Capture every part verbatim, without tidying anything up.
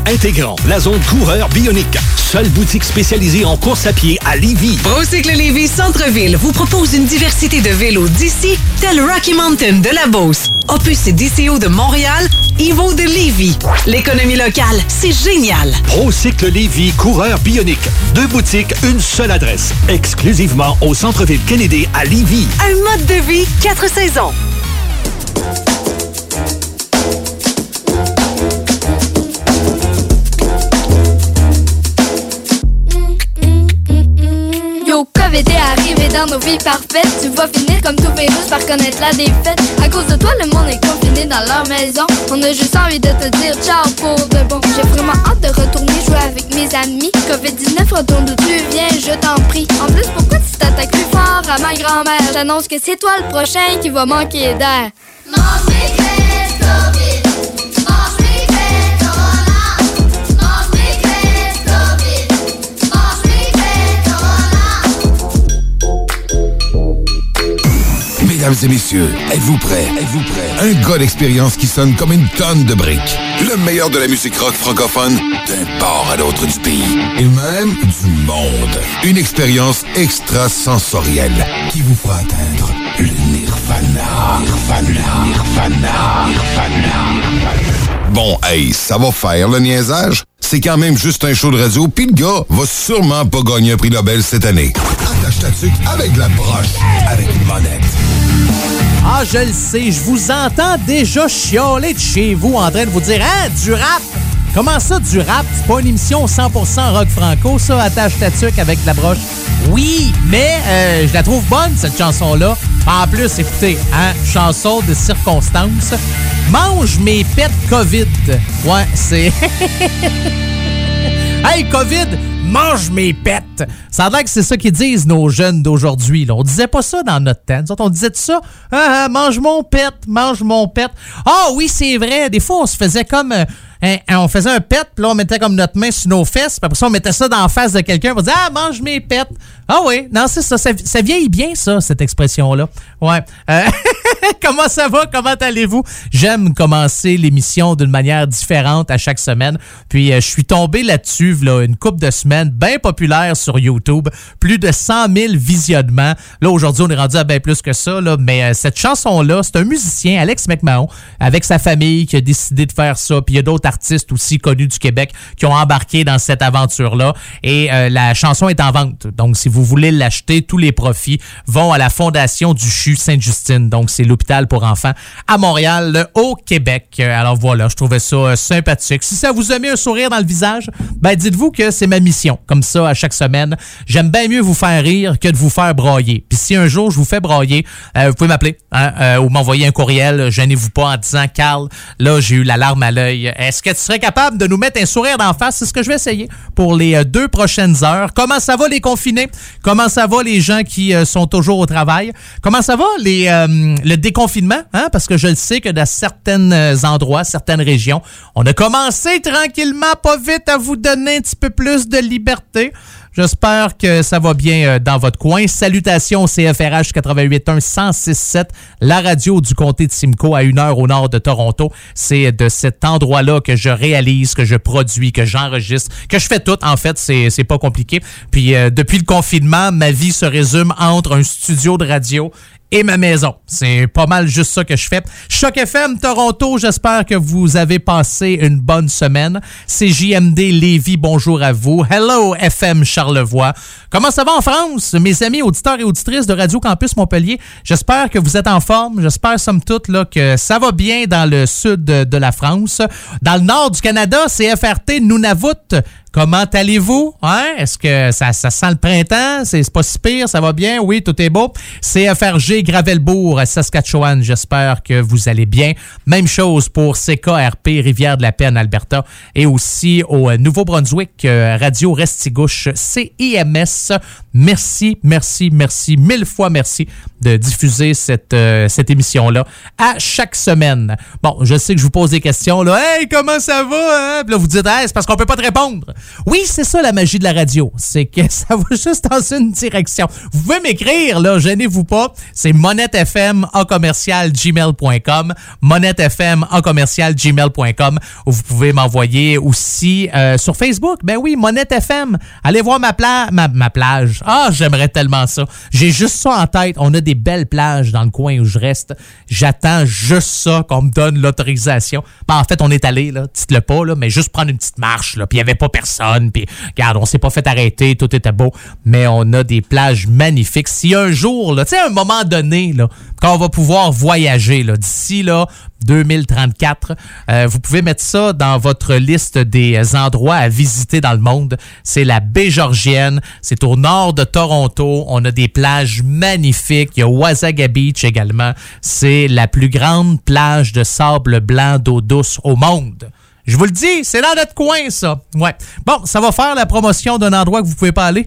intégrant la zone coureur bionique. Seule boutique spécialisée en course à pied à Lévis. Procycle Lévis Centre-Ville vous propose une diversité de vélos d'ici, tel Rocky Mountain de la Beauce, Opus et D C O de Montréal, Evo de Lévis. L'économie locale, c'est génial. Procycle Lévis coureur bionique. Deux boutiques, une seule adresse. Exclusivement au Centre-Ville Kennedy à Lévis. Un mode de vie, quatre saisons. Yo, COVID est arrivé dans nos vies parfaites. Tu vas finir comme tout virus par connaître la défaite. À cause de toi, le monde est confiné dans leur maison. On a juste envie de te dire ciao pour de bon. J'ai vraiment hâte de retourner jouer avec mes amis. covid dix-neuf, retourne d'où tu viens, je t'en prie. En plus, pourquoi tu t'attaques plus fort à ma grand-mère? J'annonce que c'est toi le prochain qui va manquer d'air. Mange mes graisses, COVID. Mange mes graisses, Corona. Mange mes graisses, COVID. Mange mes graisses, Corona. Mesdames et messieurs, êtes-vous prêts? Êtes-vous prêts? Un gars d'expérience qui sonne comme une tonne de briques. Le meilleur de la musique rock francophone d'un bord à l'autre du pays. Et même du monde. Une expérience extrasensorielle qui vous fera atteindre le nirvana. Nirvana. Nirvana. Nirvana. Bon, hey, ça va faire le niaisage? C'est quand même juste un show de radio, pis le gars va sûrement pas gagner un prix Nobel cette année. Attache ta tuque avec la broche, avec une monette. Ah, je le sais, je vous entends déjà chialer de chez vous en train de vous dire « Hein, du rap? Comment ça, du rap? C'est pas une émission cent pour cent rock franco, ça, attache ta tuque avec la broche. » Oui, mais euh, je la trouve bonne, cette chanson-là. En plus, écoutez, hein, chanson de circonstance. Mange mes pets COVID. Ouais, c'est... Hey, COVID, mange mes pets. Ça a l'air que c'est ça qu'ils disent, nos jeunes d'aujourd'hui. Là. On disait pas ça dans notre temps. Nous autres, on disait ça. Ah, ah, mange mon pet, mange mon pet. Ah oui, c'est vrai. Des fois, on se faisait comme... Euh, hein, on faisait un pet, puis là, on mettait comme notre main sur nos fesses, puis après ça, on mettait ça dans la face de quelqu'un pour dire « Ah, mange mes pets! » Ah oui, non, c'est ça, ça. Ça vieillit bien, ça, cette expression-là. Ouais. Euh, comment ça va? Comment allez-vous? J'aime commencer l'émission d'une manière différente à chaque semaine. Puis, euh, je suis tombé là-dessus, là, une couple de semaines, bien populaire sur YouTube. Plus de cent mille visionnements. Là, aujourd'hui, on est rendu à bien plus que ça, là. Mais euh, cette chanson-là, c'est un musicien, Alex McMahon, avec sa famille, qui a décidé de faire ça. Puis, il y a d'autres artistes aussi connus du Québec qui ont embarqué dans cette aventure-là. Et euh, la chanson est en vente. Donc, si vous voulez l'acheter, tous les profits vont à la Fondation du C H U Sainte-Justine. Donc, c'est l'hôpital pour enfants à Montréal, au Québec. Alors voilà, je trouvais ça euh, sympathique. Si ça vous a mis un sourire dans le visage, ben dites-vous que c'est ma mission. Comme ça, à chaque semaine, j'aime bien mieux vous faire rire que de vous faire brailler. Puis si un jour je vous fais brailler, euh, vous pouvez m'appeler hein, euh, ou m'envoyer un courriel. Gênez-vous pas en disant « Carl, là, j'ai eu la larme à l'œil. Est-ce que tu serais capable de nous mettre un sourire d'en face? » C'est ce que je vais essayer pour les euh, deux prochaines heures. Comment ça va les confinés? Comment ça va les gens qui euh, sont toujours au travail? Comment ça va les euh, le déconfinement? Hein? Parce que je le sais que dans certains endroits, certaines régions, on a commencé tranquillement, pas vite, à vous donner un petit peu plus de liberté. J'espère que ça va bien dans votre coin. Salutations C F R H quatre-vingt-huit un cent six sept, la radio du comté de Simcoe à une heure au nord de Toronto. C'est de cet endroit-là que je réalise, que je produis, que j'enregistre, que je fais tout. En fait, c'est, c'est pas compliqué. Puis euh, depuis le confinement, ma vie se résume entre un studio de radio et ma maison. C'est pas mal juste ça que je fais. Choc F M Toronto, j'espère que vous avez passé une bonne semaine. C J M D Lévis, bonjour à vous. Hello F M Charlevoix. Comment ça va en France? Mes amis auditeurs et auditrices de Radio Campus Montpellier, j'espère que vous êtes en forme. J'espère, somme toute, là, que ça va bien dans le sud de, de la France. Dans le nord du Canada, c'est F R T Nunavut. Comment allez-vous? Hein? Est-ce que ça, ça sent le printemps? C'est, c'est pas si pire, ça va bien? Oui, tout est beau. C F R G Gravelbourg, Saskatchewan, j'espère que vous allez bien. Même chose pour C K R P Rivière-de-la-Paix en Alberta et aussi au Nouveau-Brunswick, Radio Restigouche, C I M S X. Merci, merci, merci, mille fois merci de diffuser cette, euh, cette émission-là à chaque semaine. Bon, je sais que je vous pose des questions, là. Hey, comment ça va? Hein? Puis là, vous dites, hey, c'est parce qu'on peut pas te répondre. Oui, c'est ça la magie de la radio. C'est que ça va juste dans une direction. Vous pouvez m'écrire, là, gênez-vous pas. C'est monettefm en commercial gmail point com. monettefm en commercial gmail point com. Ou vous pouvez m'envoyer aussi euh, sur Facebook. Ben oui, monettefm. Allez voir ma, pla- ma, ma plage. Ah, j'aimerais tellement ça. J'ai juste ça en tête. On a des belles plages dans le coin où je reste. J'attends juste ça, qu'on me donne l'autorisation. Ben, en fait, on est allé, là, dites-le pas, là, mais juste prendre une petite marche, là, puis il n'y avait pas personne, puis regarde, on s'est pas fait arrêter, tout était beau, mais on a des plages magnifiques. Si un jour, là, tu sais, à un moment donné, là, quand on va pouvoir voyager, là, d'ici, là, deux mille trente-quatre, euh, vous pouvez mettre ça dans votre liste des endroits à visiter dans le monde. C'est la baie Georgienne, c'est au nord de Toronto, on a des plages magnifiques, il y a Wasaga Beach également, c'est la plus grande plage de sable blanc d'eau douce au monde. Je vous le dis, c'est dans notre coin, ça. Ouais. Bon, ça va faire la promotion d'un endroit que vous pouvez pas aller.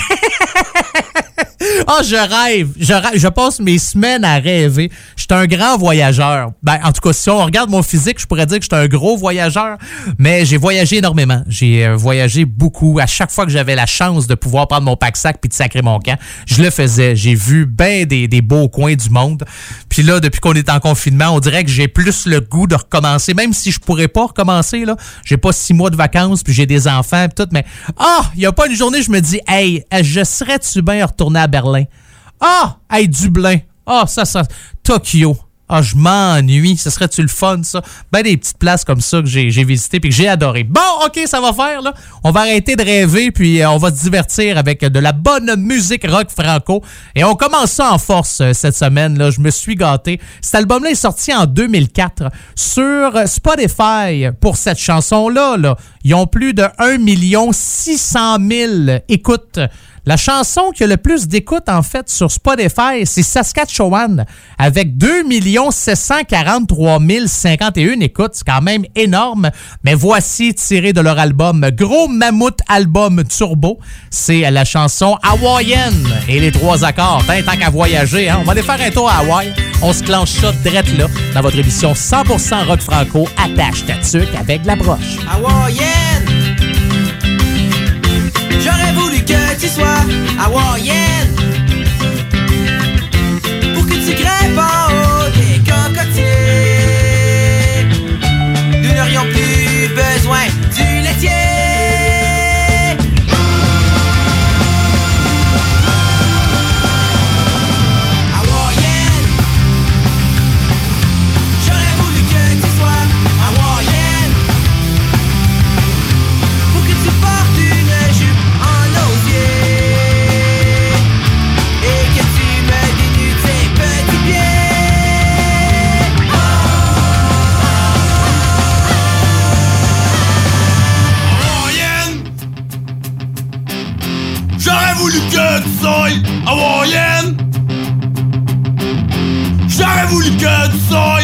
Ah, oh, je rêve. Je rêve. Je passe mes semaines à rêver. Je suis un grand voyageur. Ben, en tout cas, si on regarde mon physique, je pourrais dire que je suis un gros voyageur. Mais j'ai voyagé énormément. J'ai euh, voyagé beaucoup. À chaque fois que j'avais la chance de pouvoir prendre mon pack-sac puis de sacrer mon camp, je le faisais. J'ai vu ben des, des beaux coins du monde. Puis là, depuis qu'on est en confinement, on dirait que j'ai plus le goût de recommencer. Même si je pourrais pas recommencer, là. J'ai pas six mois de vacances puis j'ai des enfants puis tout. Mais, ah, il y a pas une journée, je me dis, hey, je serais-tu bien retourner à Berlin? Ah! Hey, Dublin! Ah, ça, ça... Tokyo! Ah, je m'ennuie. Ce serait-tu le fun, ça? Ben, des petites places comme ça que j'ai, j'ai visitées puis que j'ai adoré. Bon, OK, ça va faire, là. On va arrêter de rêver puis euh, on va se divertir avec de la bonne musique rock franco. Et on commence ça en force euh, cette semaine, là. Je me suis gâté. Cet album-là est sorti en deux mille quatre sur Spotify. Pour cette chanson-là, là, ils ont plus de un million six cent mille écoutes. La chanson qui a le plus d'écoutes, en fait, sur Spotify, c'est Saskatchewan, avec deux millions sept cent quarante-trois mille cinquante et un écoutes. C'est quand même énorme. Mais voici, tiré de leur album Gros Mammouth Album Turbo, c'est la chanson Hawaiian et les trois accords. Hein, tant qu'à voyager, hein, on va aller faire un tour à Hawaï. On se clenche ça drette là, dans votre émission cent pour cent rock franco, attache ta tuque avec la broche. Hawaiian! J'aurais voulu que tu sois hawaïenne pour que tu grimpes en haut des cocotiers. Nous n'aurions plus besoin du laitier. Hawaïenne, j'aurais voulu que tu sois hawaïenne pour que tu portes une jupe et que tu me dénudes tes petits pieds. Hawaïenne, j'aurais voulu que tu sois hawaïenne. J'aurais voulu que tu sois.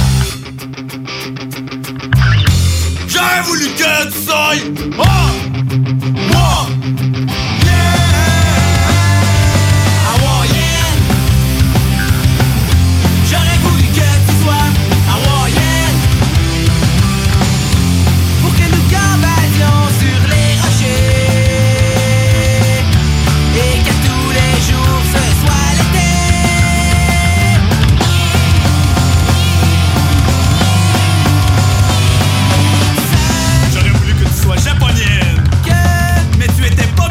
J'aurais voulu que tu sois. Oh! Oh! Japonais. Que, mais tu étais pas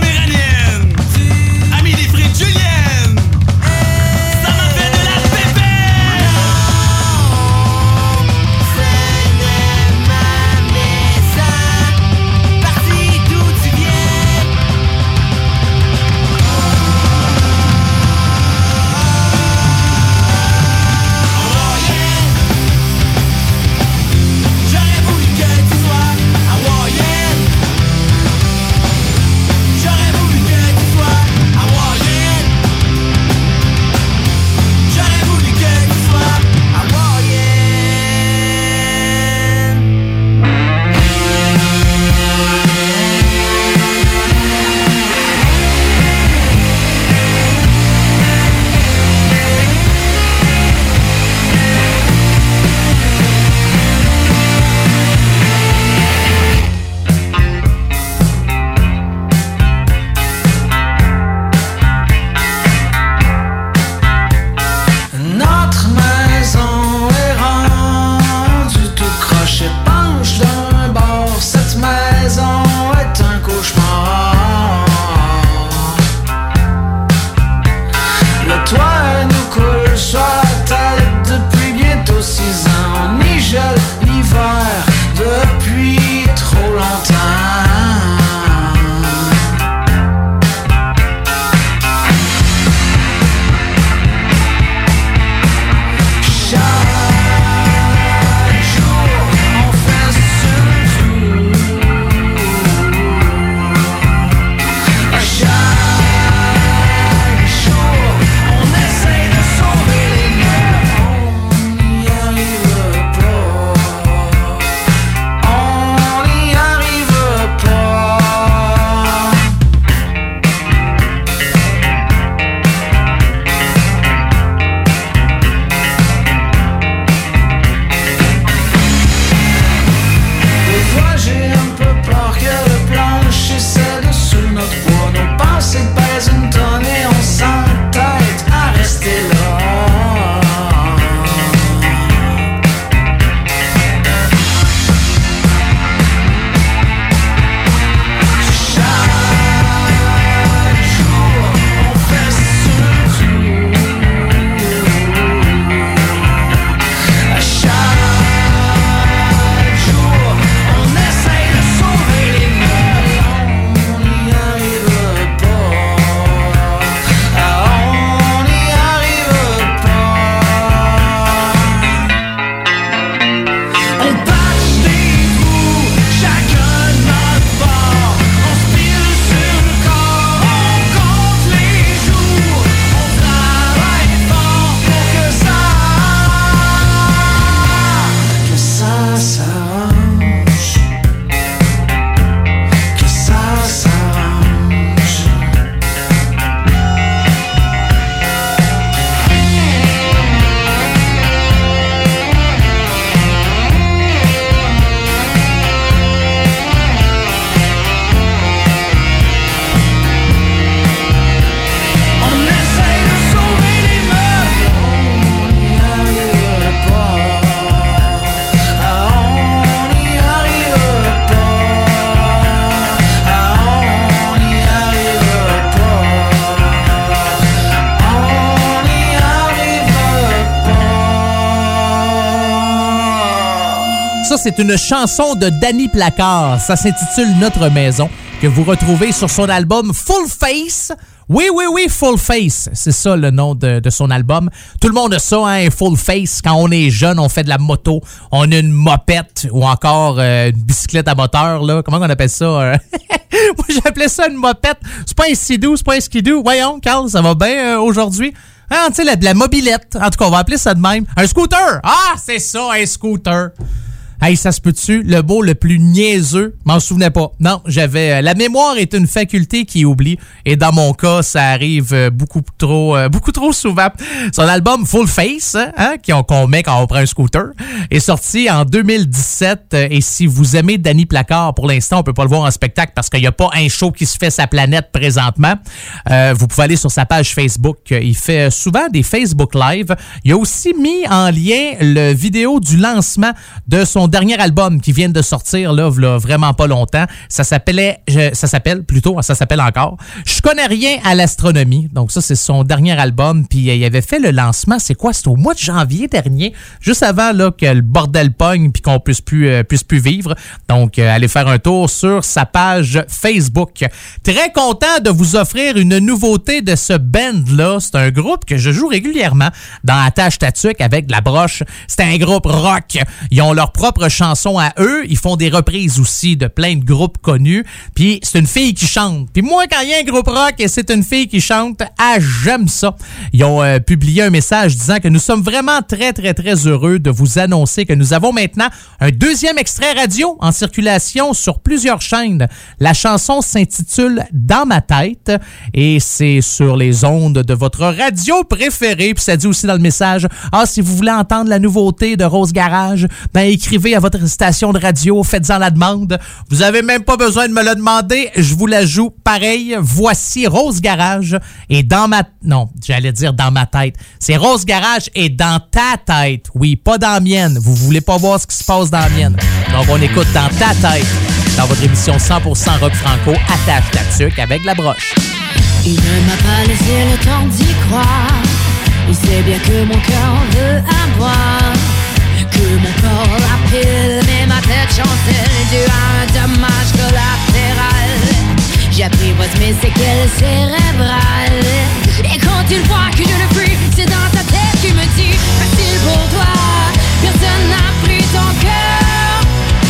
c'est une chanson de Danny Placard. Ça s'intitule Notre Maison, que vous retrouvez sur son album Full Face. Oui, oui, oui, Full Face. C'est ça le nom de, de son album. Tout le monde a ça, hein, Full Face. Quand on est jeune, on fait de la moto, on a une mopette ou encore euh, une bicyclette à moteur, là. Comment on appelle ça? Euh? Moi, j'appelais ça une mopette. C'est pas un skidoo, c'est pas un skidoo. Voyons, Carl, ça va bien euh, aujourd'hui? Hein, tu sais, la, la mobilette. En tout cas, on va appeler ça de même. Un scooter! Ah, c'est ça, un scooter! Hey, ça se peut-tu? Le mot le plus niaiseux, m'en souvenais pas. Non, j'avais... Euh, la mémoire est une faculté qui oublie. Et dans mon cas, ça arrive euh, beaucoup trop euh, beaucoup trop souvent. Son album Full Face, hein, qu'on, qu'on met quand on prend un scooter, est sorti en deux mille dix-sept. Et si vous aimez Danny Placard, pour l'instant, on peut pas le voir en spectacle parce qu'il n'y a pas un show qui se fait sa planète présentement. Euh, vous pouvez aller sur sa page Facebook. Il fait souvent des Facebook Live. Il a aussi mis en lien le vidéo du lancement de son dernier album qui vient de sortir là, là vraiment pas longtemps. Ça s'appelait, je, ça s'appelle plutôt, ça s'appelle encore Je connais rien à l'astronomie. Donc ça, c'est son dernier album. Puis euh, il avait fait le lancement, c'est quoi? C'était au mois de janvier dernier, juste avant là que le bordel pogne puis qu'on puisse plus, euh, puisse plus vivre. Donc euh, allez faire un tour sur sa page Facebook. Très content de vous offrir une nouveauté de ce band-là. C'est un groupe que je joue régulièrement dans Attache Tatuc avec La Broche. C'est un groupe rock. Ils ont leur propre chansons à eux. Ils font des reprises aussi de plein de groupes connus. Puis c'est une fille qui chante. Puis moi, quand il y a un groupe rock et c'est une fille qui chante, ah, j'aime ça. Ils ont euh, publié un message disant que nous sommes vraiment très, très, très heureux de vous annoncer que nous avons maintenant un deuxième extrait radio en circulation sur plusieurs chaînes. La chanson s'intitule Dans ma tête et c'est sur les ondes de votre radio préférée. Puis ça dit aussi dans le message, ah, si vous voulez entendre la nouveauté de Rose Garage, ben écrivez à votre station de radio, faites-en la demande. Vous avez même pas besoin de me le demander, je vous la joue pareil. Voici Rose Garage et dans ma... Non, j'allais dire dans ma tête. C'est Rose Garage et dans ta tête. Oui, pas dans la mienne. Vous voulez pas voir ce qui se passe dans la mienne. Donc on écoute Dans ta tête dans votre émission cent pour cent rock franco Attache Tatuc avec La Broche. Il ne m'a pas laissé le temps d'y croire. Il sait bien que mon cœur veut avoir, que mon corps l'appelle, mais ma tête chancelle dû à un dommage collatéral. J'apprivoise mes séquelles cérébrales. Et quand il voit que je le fuis, c'est dans ta tête qu'il me dit facile pour toi, personne n'a pris ton cœur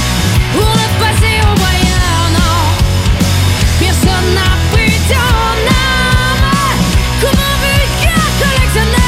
pour le passer au voyeur, non. Personne n'a pris ton âme comme un vulgaire collectionneur.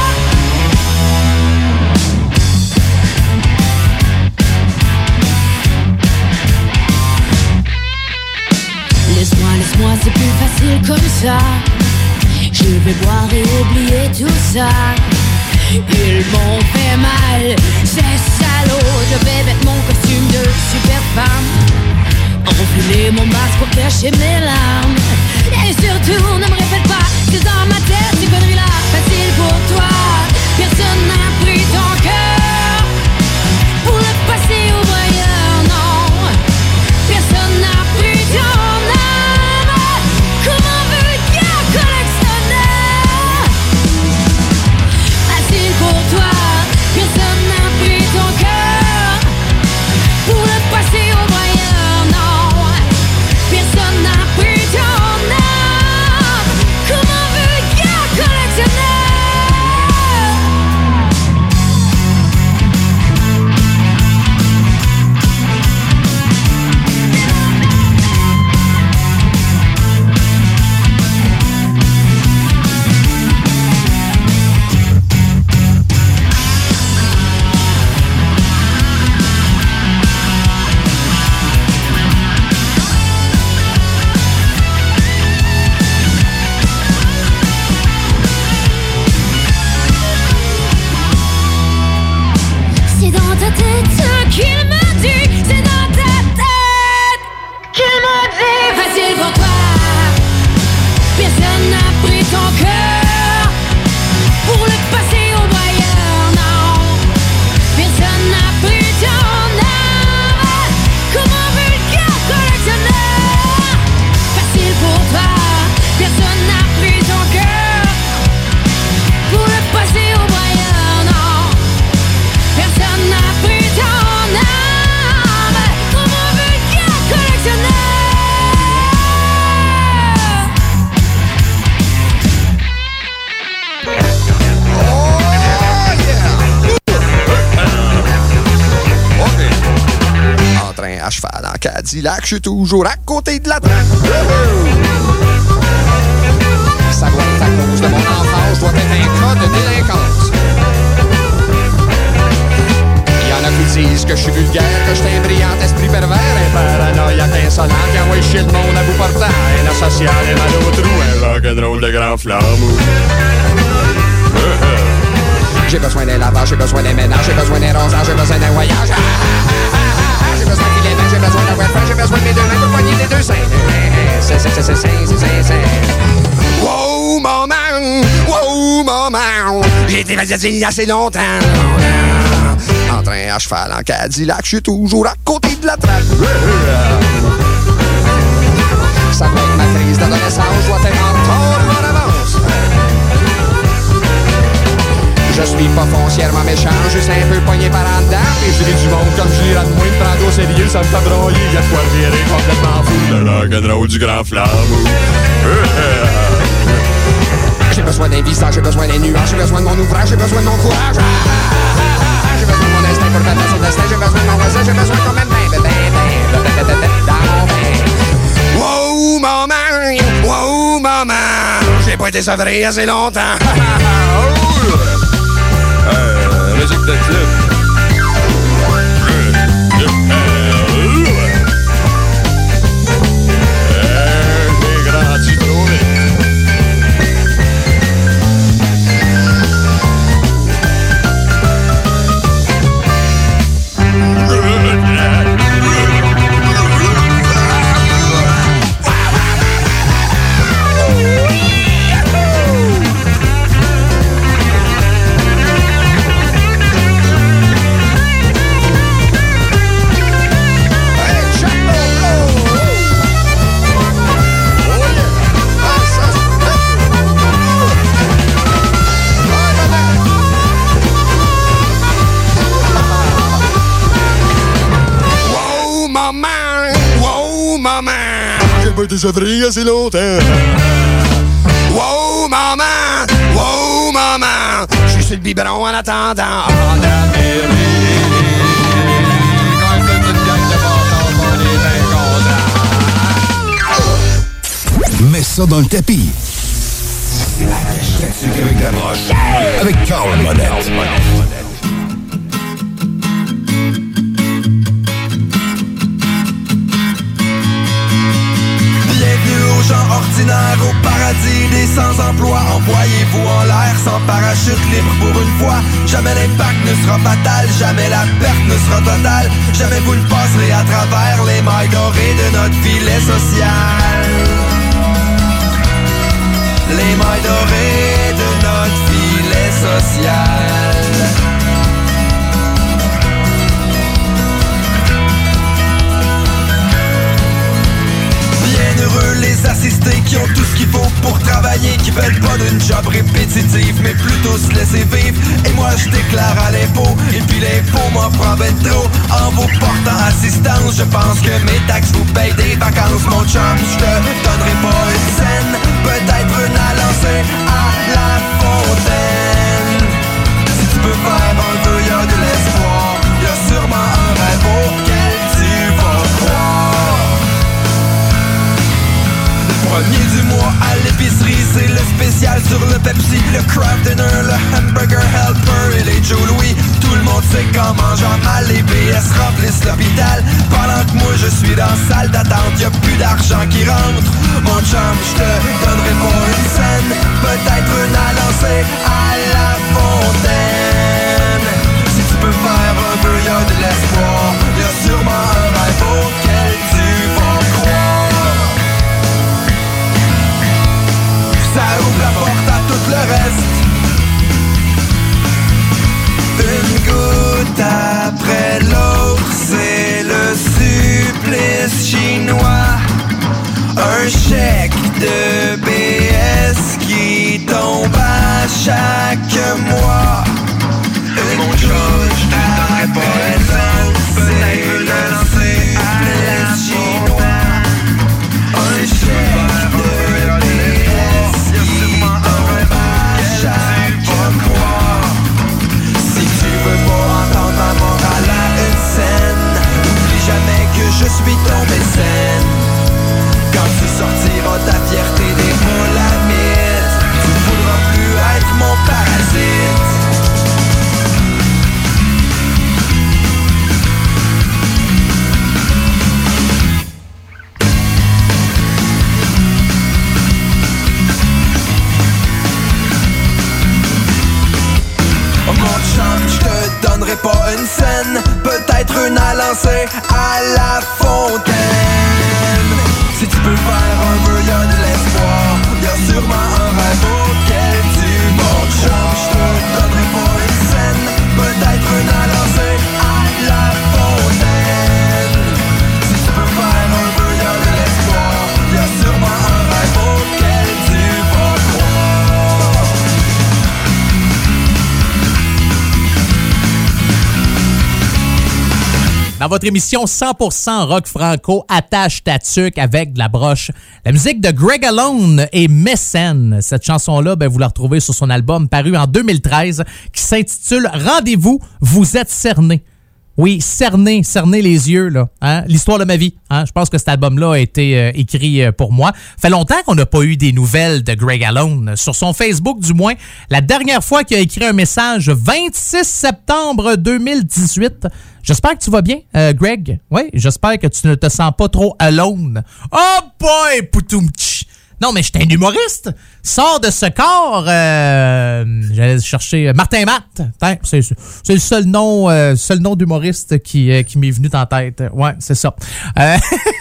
Laisse-moi, laisse-moi, c'est plus facile comme ça. Je vais boire et oublier tout ça. Ils m'ont fait mal, ces salauds. Je vais mettre mon costume de super femme, enfiler mon masque pour cacher mes larmes. Et surtout, ne me répète pas que dans ma tête, ces conneries-là, facile pour toi. Personne n'a pris ton cœur pour le passer au voyeur, non. Personne n'a pris ton pour toi, personne n'a pris ton cœur pour le passer au voyeur, non. Personne n'a pris ton âme comme un vulgaire collectionneur. Personne n'a pris ton âme. Cadillac, je suis toujours à côté de la traque. Ça doit être à cause de mon enfance, je dois être un cas de délinquance. Y'en a qui disent que je suis vulgaire, que je suis un brillant esprit pervers, un paranoïaque insolent qui envoie chier le monde à bout portant, un asocial, un mal au trou, un rock'n'roll de grand flambeau. J'ai besoin d'un lavage, j'ai besoin d'un ménage, j'ai besoin d'un rosage, j'ai besoin d'un voyage. J'ai besoin de filet, j'ai besoin d'un webfan, j'ai besoin de mes deux mains pour poigner les deux seins. C'est, c'est, c'est, c'est, c'est, c'est, c'est. Wow, maman, wow, maman, j'ai été vasecé il y a assez longtemps. En train à cheval, en Cadillac, je suis toujours à côté de la traque. Ça va être ma crise d'adolescence, je dois être en retard en avance. Je suis pas foncièrement méchant, juste un peu pogné par en dedans. Et je ris du monde comme je lirai de moins, de prendre au sérieux, ça me fait broyer. Y'a de quoi virer complètement fou, le rock'n'roll du grand flambeau. J'ai besoin d'un visage, j'ai besoin des nuages, j'ai besoin de mon ouvrage, j'ai besoin de mon courage. J'ai besoin de mon instinct pour faire son destin, j'ai besoin de mon voisin, j'ai besoin quand même d'un bébé, dans mon bain. Wow, maman, wow, maman, j'ai pas été sevré assez longtemps. Euh, musique de club. J'ai grandi trop vite. J'ai pas été sevré assez longtemps. Wow, maman! Wow, maman! Je suis sur le biberon en attendant. En Amérique, quand il fait une gang de bâtards, on est bien contents. Mets ça dans le tapis. C'est la cache avec la broche. Avec Carl Monette. Aux gens ordinaires, au paradis des sans-emploi. Envoyez-vous en l'air sans parachute libre pour une fois. Jamais l'impact ne sera fatal, jamais la perte ne sera totale. Jamais vous ne passerez à travers les mailles dorées de notre filet social. Les mailles dorées de notre filet social. Heureux les assistés qui ont tout ce qu'il faut pour travailler, qui veulent pas d'une job répétitive mais plutôt se laisser vivre. Et moi je déclare à l'impôt, et puis l'impôt m'en prend ben trop. En vous portant assistance, je pense que mes taxes vous payent des vacances. Mon chum, je te donnerai pas une scène, peut-être une à lancer à la fontaine. Si tu peux faire un peu, y'a de l'espoir, y'a sûrement un rêve auquel tu vas croire. Premier du mois à l'épicerie, c'est le spécial sur le Pepsi, le Kraft Dinner, le Hamburger Helper et les Joe Louis. Tout le monde sait qu'en mangeant mal, les B S remplissent l'hôpital. Pendant que moi je suis dans la salle d'attente, y'a plus d'argent qui rentre. Mon chum, je te donnerai pas une scène, peut-être une à lancer à la fontaine. Si tu peux faire un peu, y'a de l'espoir, y'a sûrement un rêve auquel tu vas croire. Ça ouvre la porte à tout le reste. Une goutte après l'autre, c'est le supplice chinois. Un chèque de B S qui tombe à chaque mois. Une goutte après l'autre, c'est le supplice chinois. Un chèque de B S je suis tombé fierté des molamites. Tu voudras plus être mon parasite. Oh mon chum, je te donnerai pas une scène, peut-être une à lancer à la fontaine. Si tu peux faire un peu, y'a de l'espoir, y'a sûrement un rêve auquel tu mon chum, je te donnerai pas une scène, peut-être une à lancer à la fontaine. Si tu peux faire un peu, y'a de l'espoir, y'a sûrement un rêve auquel tu vas croire. Dans votre émission cent pour cent rock franco, attache ta tuque avec de la broche. La musique de Greg Alone et Mécène. Cette chanson-là, ben, vous la retrouvez sur son album paru en deux mille treize qui s'intitule « Rendez-vous, vous êtes cerné ». Oui, cerner, cerner les yeux, là. Hein? L'histoire de ma vie. Hein? Je pense que cet album-là a été euh, écrit euh, pour moi. Fait longtemps qu'on n'a pas eu des nouvelles de Greg Alone. Sur son Facebook, du moins, la dernière fois qu'il a écrit un message, vingt-six septembre deux mille dix-huit. J'espère que tu vas bien, euh, Greg. Oui, j'espère que tu ne te sens pas trop alone. Oh boy, poutoumtch! Non, mais j'étais un humoriste. Sors de ce corps. Euh, j'allais chercher Martin Matt. C'est, c'est le seul nom, euh, seul nom d'humoriste qui, euh, qui m'est venu en tête. Ouais, c'est ça. Euh,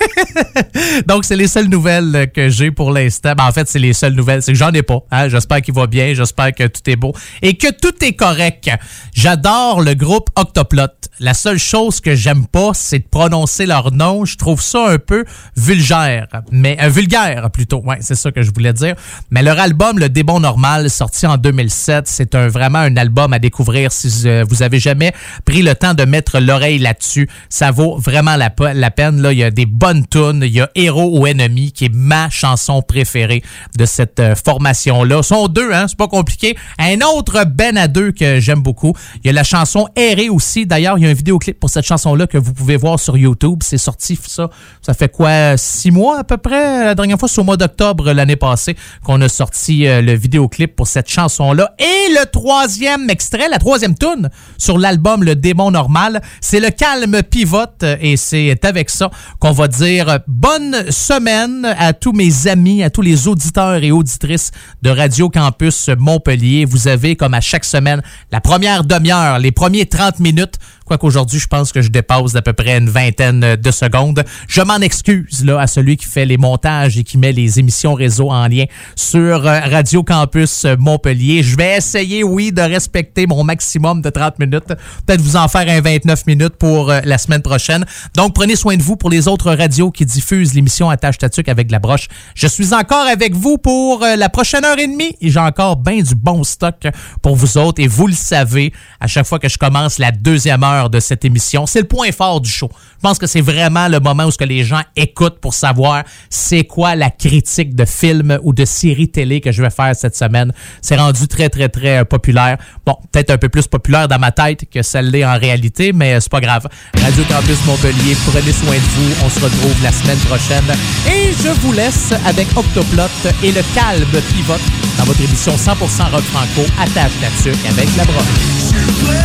donc, c'est les seules nouvelles que j'ai pour l'instant. Ben, en fait, c'est les seules nouvelles. C'est que j'en ai pas. Hein? J'espère qu'il va bien. J'espère que tout est beau et que tout est correct. J'adore le groupe Octoplot. La seule chose que j'aime pas, c'est de prononcer leur nom. Je trouve ça un peu vulgaire. Mais euh, vulgaire, plutôt. Ouais, c'est ça que je voulais dire. Mais leur album, Le Démon Normal, sorti en deux mille sept, c'est un, vraiment un album à découvrir si euh, vous avez jamais pris le temps de mettre l'oreille là-dessus. Ça vaut vraiment la, la peine. Là, il y a des bonnes tunes. Il y a Héros ou Ennemi, qui est ma chanson préférée de cette euh, formation-là. Ils sont deux, hein? C'est pas compliqué. Un autre Ben à deux que j'aime beaucoup. Il y a la chanson Errer aussi. D'ailleurs, il y a un vidéoclip pour cette chanson-là que vous pouvez voir sur YouTube. C'est sorti, ça, ça fait quoi? Six mois à peu près? La dernière fois, c'est au mois d'octobre l'année passée qu'on a sorti euh, le vidéoclip pour cette chanson-là. Et le troisième extrait, la troisième tune sur l'album Le Démon Normal, c'est Le Calme Pivote. Et c'est avec ça qu'on va dire bonne semaine à tous mes amis, à tous les auditeurs et auditrices de Radio Campus Montpellier. Vous avez, comme à chaque semaine, la première demi-heure, les premiers trente minutes. Quoique aujourd'hui, je pense que je dépasse d'à peu près une vingtaine de secondes. Je m'en excuse là à celui qui fait les montages et qui met les émissions réseau en lien sur Radio Campus Montpellier. Je vais essayer, oui, de respecter mon maximum de trente minutes. Peut-être vous en faire un vingt-neuf minutes pour la semaine prochaine. Donc, prenez soin de vous pour les autres radios qui diffusent l'émission Attache ta tuque avec de la broche. Je suis encore avec vous pour la prochaine heure et demie et j'ai encore bien du bon stock pour vous autres. Et vous le savez, à chaque fois que je commence la deuxième heure de cette émission, c'est le point fort du show. Je pense que c'est vraiment le moment où ce que les gens écoutent pour savoir c'est quoi la critique de film ou de série télé que je vais faire cette semaine. C'est rendu très, très, très populaire. Bon, peut-être un peu plus populaire dans ma tête que ça l'est en réalité, mais c'est pas grave. Radio Campus Montpellier, prenez soin de vous. On se retrouve la semaine prochaine. Et je vous laisse avec Octoplot et Le Calme Pivote dans votre émission cent pour cent rock franco, attache la tuque avec la broche.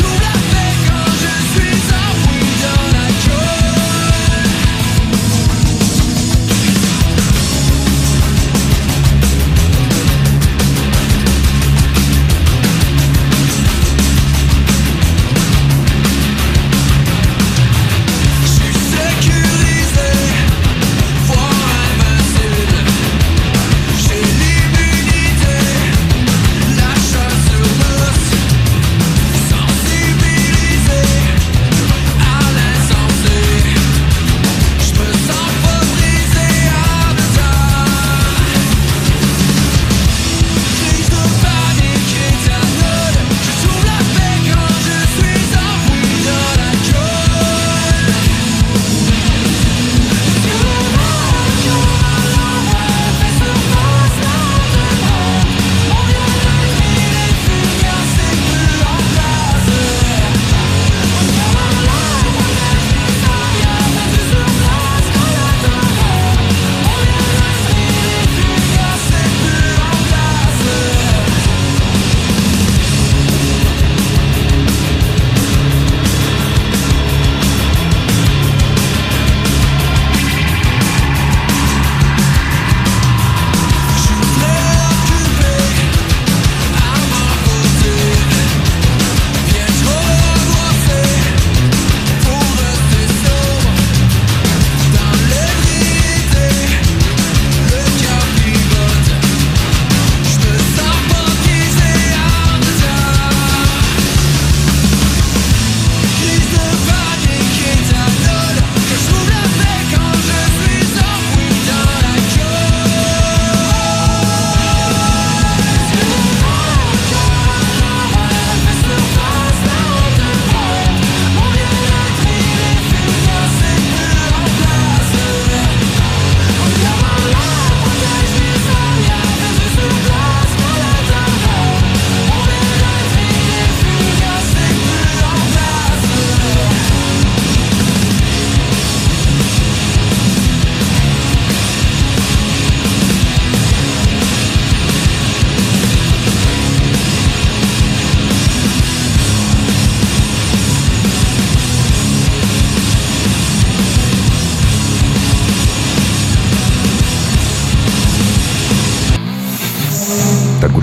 Quand je suis enfoui dans la cour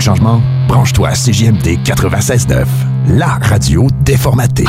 changement? Branche-toi à C J M D quatre-vingt-seize neuf, la radio déformatée.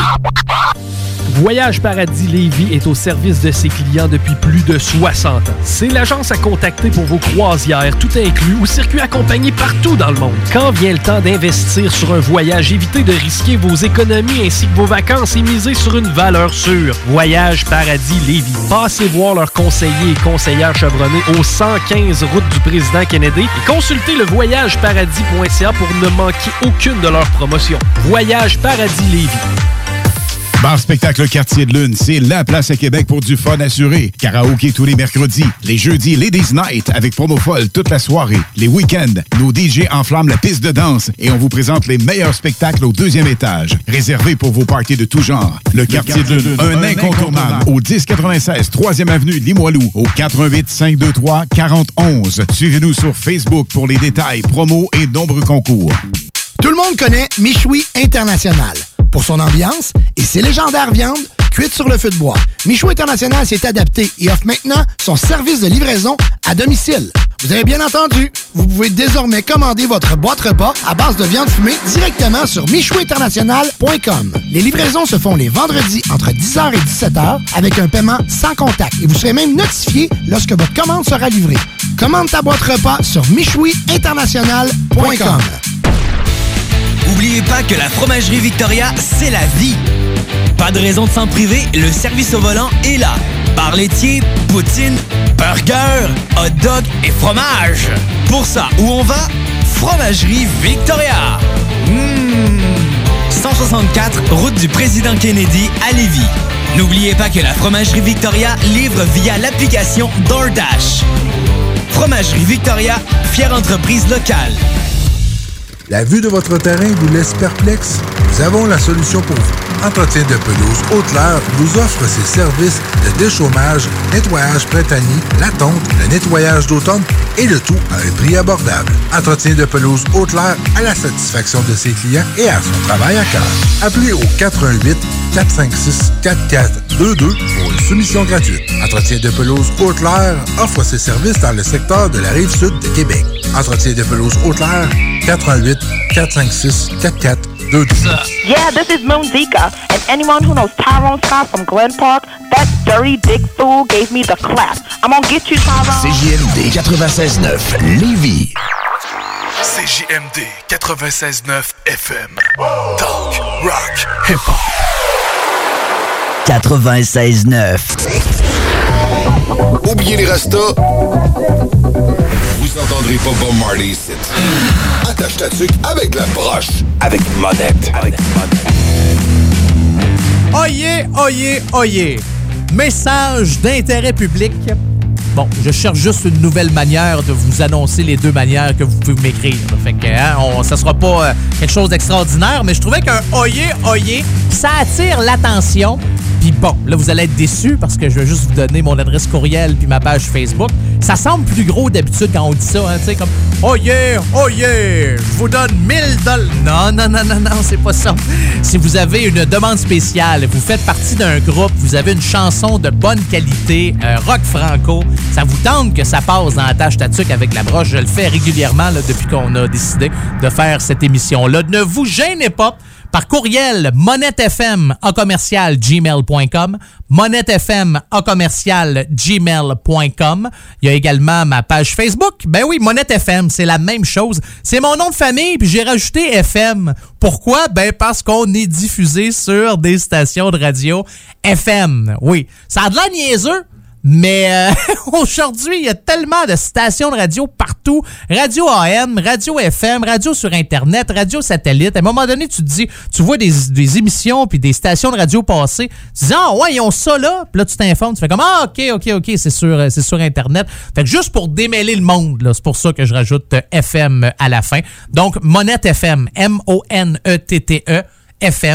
Voyage Paradis Lévis est au service de ses clients depuis plus de soixante ans. C'est l'agence à contacter pour vos croisières, tout inclus, ou circuits accompagnés partout dans le monde. Quand vient le temps d'investir sur un voyage, évitez de risquer vos économies ainsi que vos vacances et misez sur une valeur sûre. Voyage Paradis Lévis. Passez voir leurs conseillers et conseillères chevronnés au cent quinze route du Président Kennedy et consultez le voyage paradis point c a pour ne manquer aucune de leurs promotions. Voyage Paradis Lévis. Bar Spectacle Quartier de Lune, c'est la place à Québec pour du fun assuré. Karaoké tous les mercredis. Les jeudis, Ladies Night avec promo folle toute la soirée. Les week-ends, nos D J enflamment la piste de danse et on vous présente les meilleurs spectacles au deuxième étage. Réservé pour vos parties de tout genre. Le, Le Quartier de Lune, un, un incontournable. Au dix quatre-vingt-seize, troisième avenue Limoilou, au quatre un huit, cinq deux trois, quatre zéro un un. Suivez-nous sur Facebook pour les détails, promos et nombreux concours. Tout le monde connaît Michoui International. Pour son ambiance et ses légendaires viandes cuites sur le feu de bois. Michoui International s'est adapté et offre maintenant son service de livraison à domicile. Vous avez bien entendu, vous pouvez désormais commander votre boîte repas à base de viande fumée directement sur michoui international point com. Les livraisons se font les vendredis entre dix heures et dix-sept heures avec un paiement sans contact et vous serez même notifié lorsque votre commande sera livrée. Commande ta boîte repas sur michoui international point com. N'oubliez pas que la Fromagerie Victoria, c'est la vie. Pas de raison de s'en priver, le service au volant est là. Bar laitier, poutine, burger, hot dog et fromage. Pour ça, où on va? Fromagerie Victoria. Mmh. cent soixante-quatre, route du Président Kennedy à Lévis. N'oubliez pas que la Fromagerie Victoria livre via l'application DoorDash. Fromagerie Victoria, fière entreprise locale. La vue de votre terrain vous laisse perplexe? Nous avons la solution pour vous. Entretien de pelouse Haute-Lair vous offre ses services de déchômage, nettoyage printanier, la tonte, le nettoyage d'automne et le tout à un prix abordable. Entretien de pelouse Haute-Lair à la satisfaction de ses clients et à son travail à cœur. Appelez au quatre un huit, quatre cinq six, quatre quatre deux deux pour une soumission gratuite. Entretien de pelouse Haute-Lair offre ses services dans le secteur de la Rive-Sud de Québec. Entretien de pelouse Haute-Lair, quatre un huit, quatre cinq six, quatre quatre deux deux. Yeah, this is Moon Zika, and anyone who knows Tyrone Scott from Glen Park, that dirty dick fool gave me the clap. I'm gonna get you, Tyrone. C J M D quatre-vingt-seize neuf, Lévis. C J M D quatre-vingt-seize neuf F M. Talk, rock, hip-hop. quatre-vingt-seize neuf. Oubliez les rastas. Vous entendrez pas Bob Marley ici. Attache ta tuque avec la broche. Avec monette. Avec monette. Oyez, oyez, oyez. Message d'intérêt public. Bon, je cherche juste une nouvelle manière de vous annoncer les deux manières que vous pouvez m'écrire. Fait que, hein, on, ça sera pas euh, quelque chose d'extraordinaire, mais je trouvais qu'un oyez, oyez, ça attire l'attention. Puis bon, là, vous allez être déçus parce que je vais juste vous donner mon adresse courriel puis ma page Facebook. Ça semble plus gros d'habitude quand on dit ça, hein, tu sais, comme « Oh yeah, oh yeah, je vous donne mille dollars. » Non, non, non, non, non, c'est pas ça. Si vous avez une demande spéciale, vous faites partie d'un groupe, vous avez une chanson de bonne qualité, euh, rock franco, ça vous tente que ça passe dans la tâche tatuc avec la broche. Je le fais régulièrement là, depuis qu'on a décidé de faire cette émission-là. Ne vous gênez pas. Par courriel, monettefm en commercial gmail point com, monettefm en commercial gmail point com. Il y a également ma page Facebook. Ben oui, monettefm, c'est la même chose. C'est mon nom de famille, puis j'ai rajouté F M. Pourquoi? Ben parce qu'on est diffusé sur des stations de radio F M. Oui, ça a de l'air niaiseux. Mais euh, aujourd'hui, il y a tellement de stations de radio partout. Radio A M, radio F M, radio sur Internet, radio satellite. À un moment donné, tu te dis, tu vois des, des émissions puis des stations de radio passer. Tu te dis, ah ouais, ils ont ça là. Puis là, tu t'informes. Tu fais comme, ah ok, ok, ok, c'est sur, c'est sur Internet. Fait que juste pour démêler le monde, là, c'est pour ça que je rajoute F M à la fin. Donc, Monette F M, M O N E T T E, F M,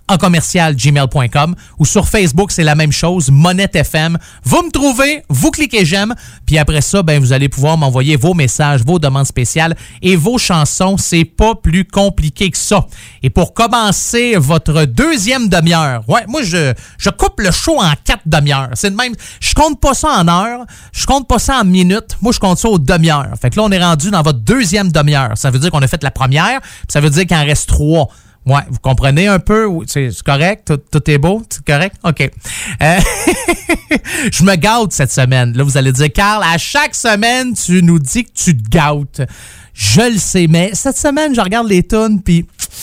en commercial gmail point com ou sur Facebook, c'est la même chose, Monette F M. Vous me trouvez, vous cliquez j'aime, puis après ça, ben vous allez pouvoir m'envoyer vos messages, vos demandes spéciales et vos chansons. C'est pas plus compliqué que ça. Et pour commencer votre deuxième demi-heure, ouais, moi je je coupe le show en quatre demi-heures. C'est de même, je compte pas ça en heures, je compte pas ça en minutes, moi je compte ça aux demi-heures. Fait que là on est rendu dans votre deuxième demi-heure. Ça veut dire qu'on a fait la première, puis ça veut dire qu'il en reste trois. Ouais, vous comprenez un peu? C'est, c'est correct? Tout, tout est beau? C'est correct? OK. Euh, je me gâte cette semaine. Là, vous allez dire, Carl, à chaque semaine, tu nous dis que tu te gâtes. Je le sais, mais cette semaine, je regarde les tunes, puis...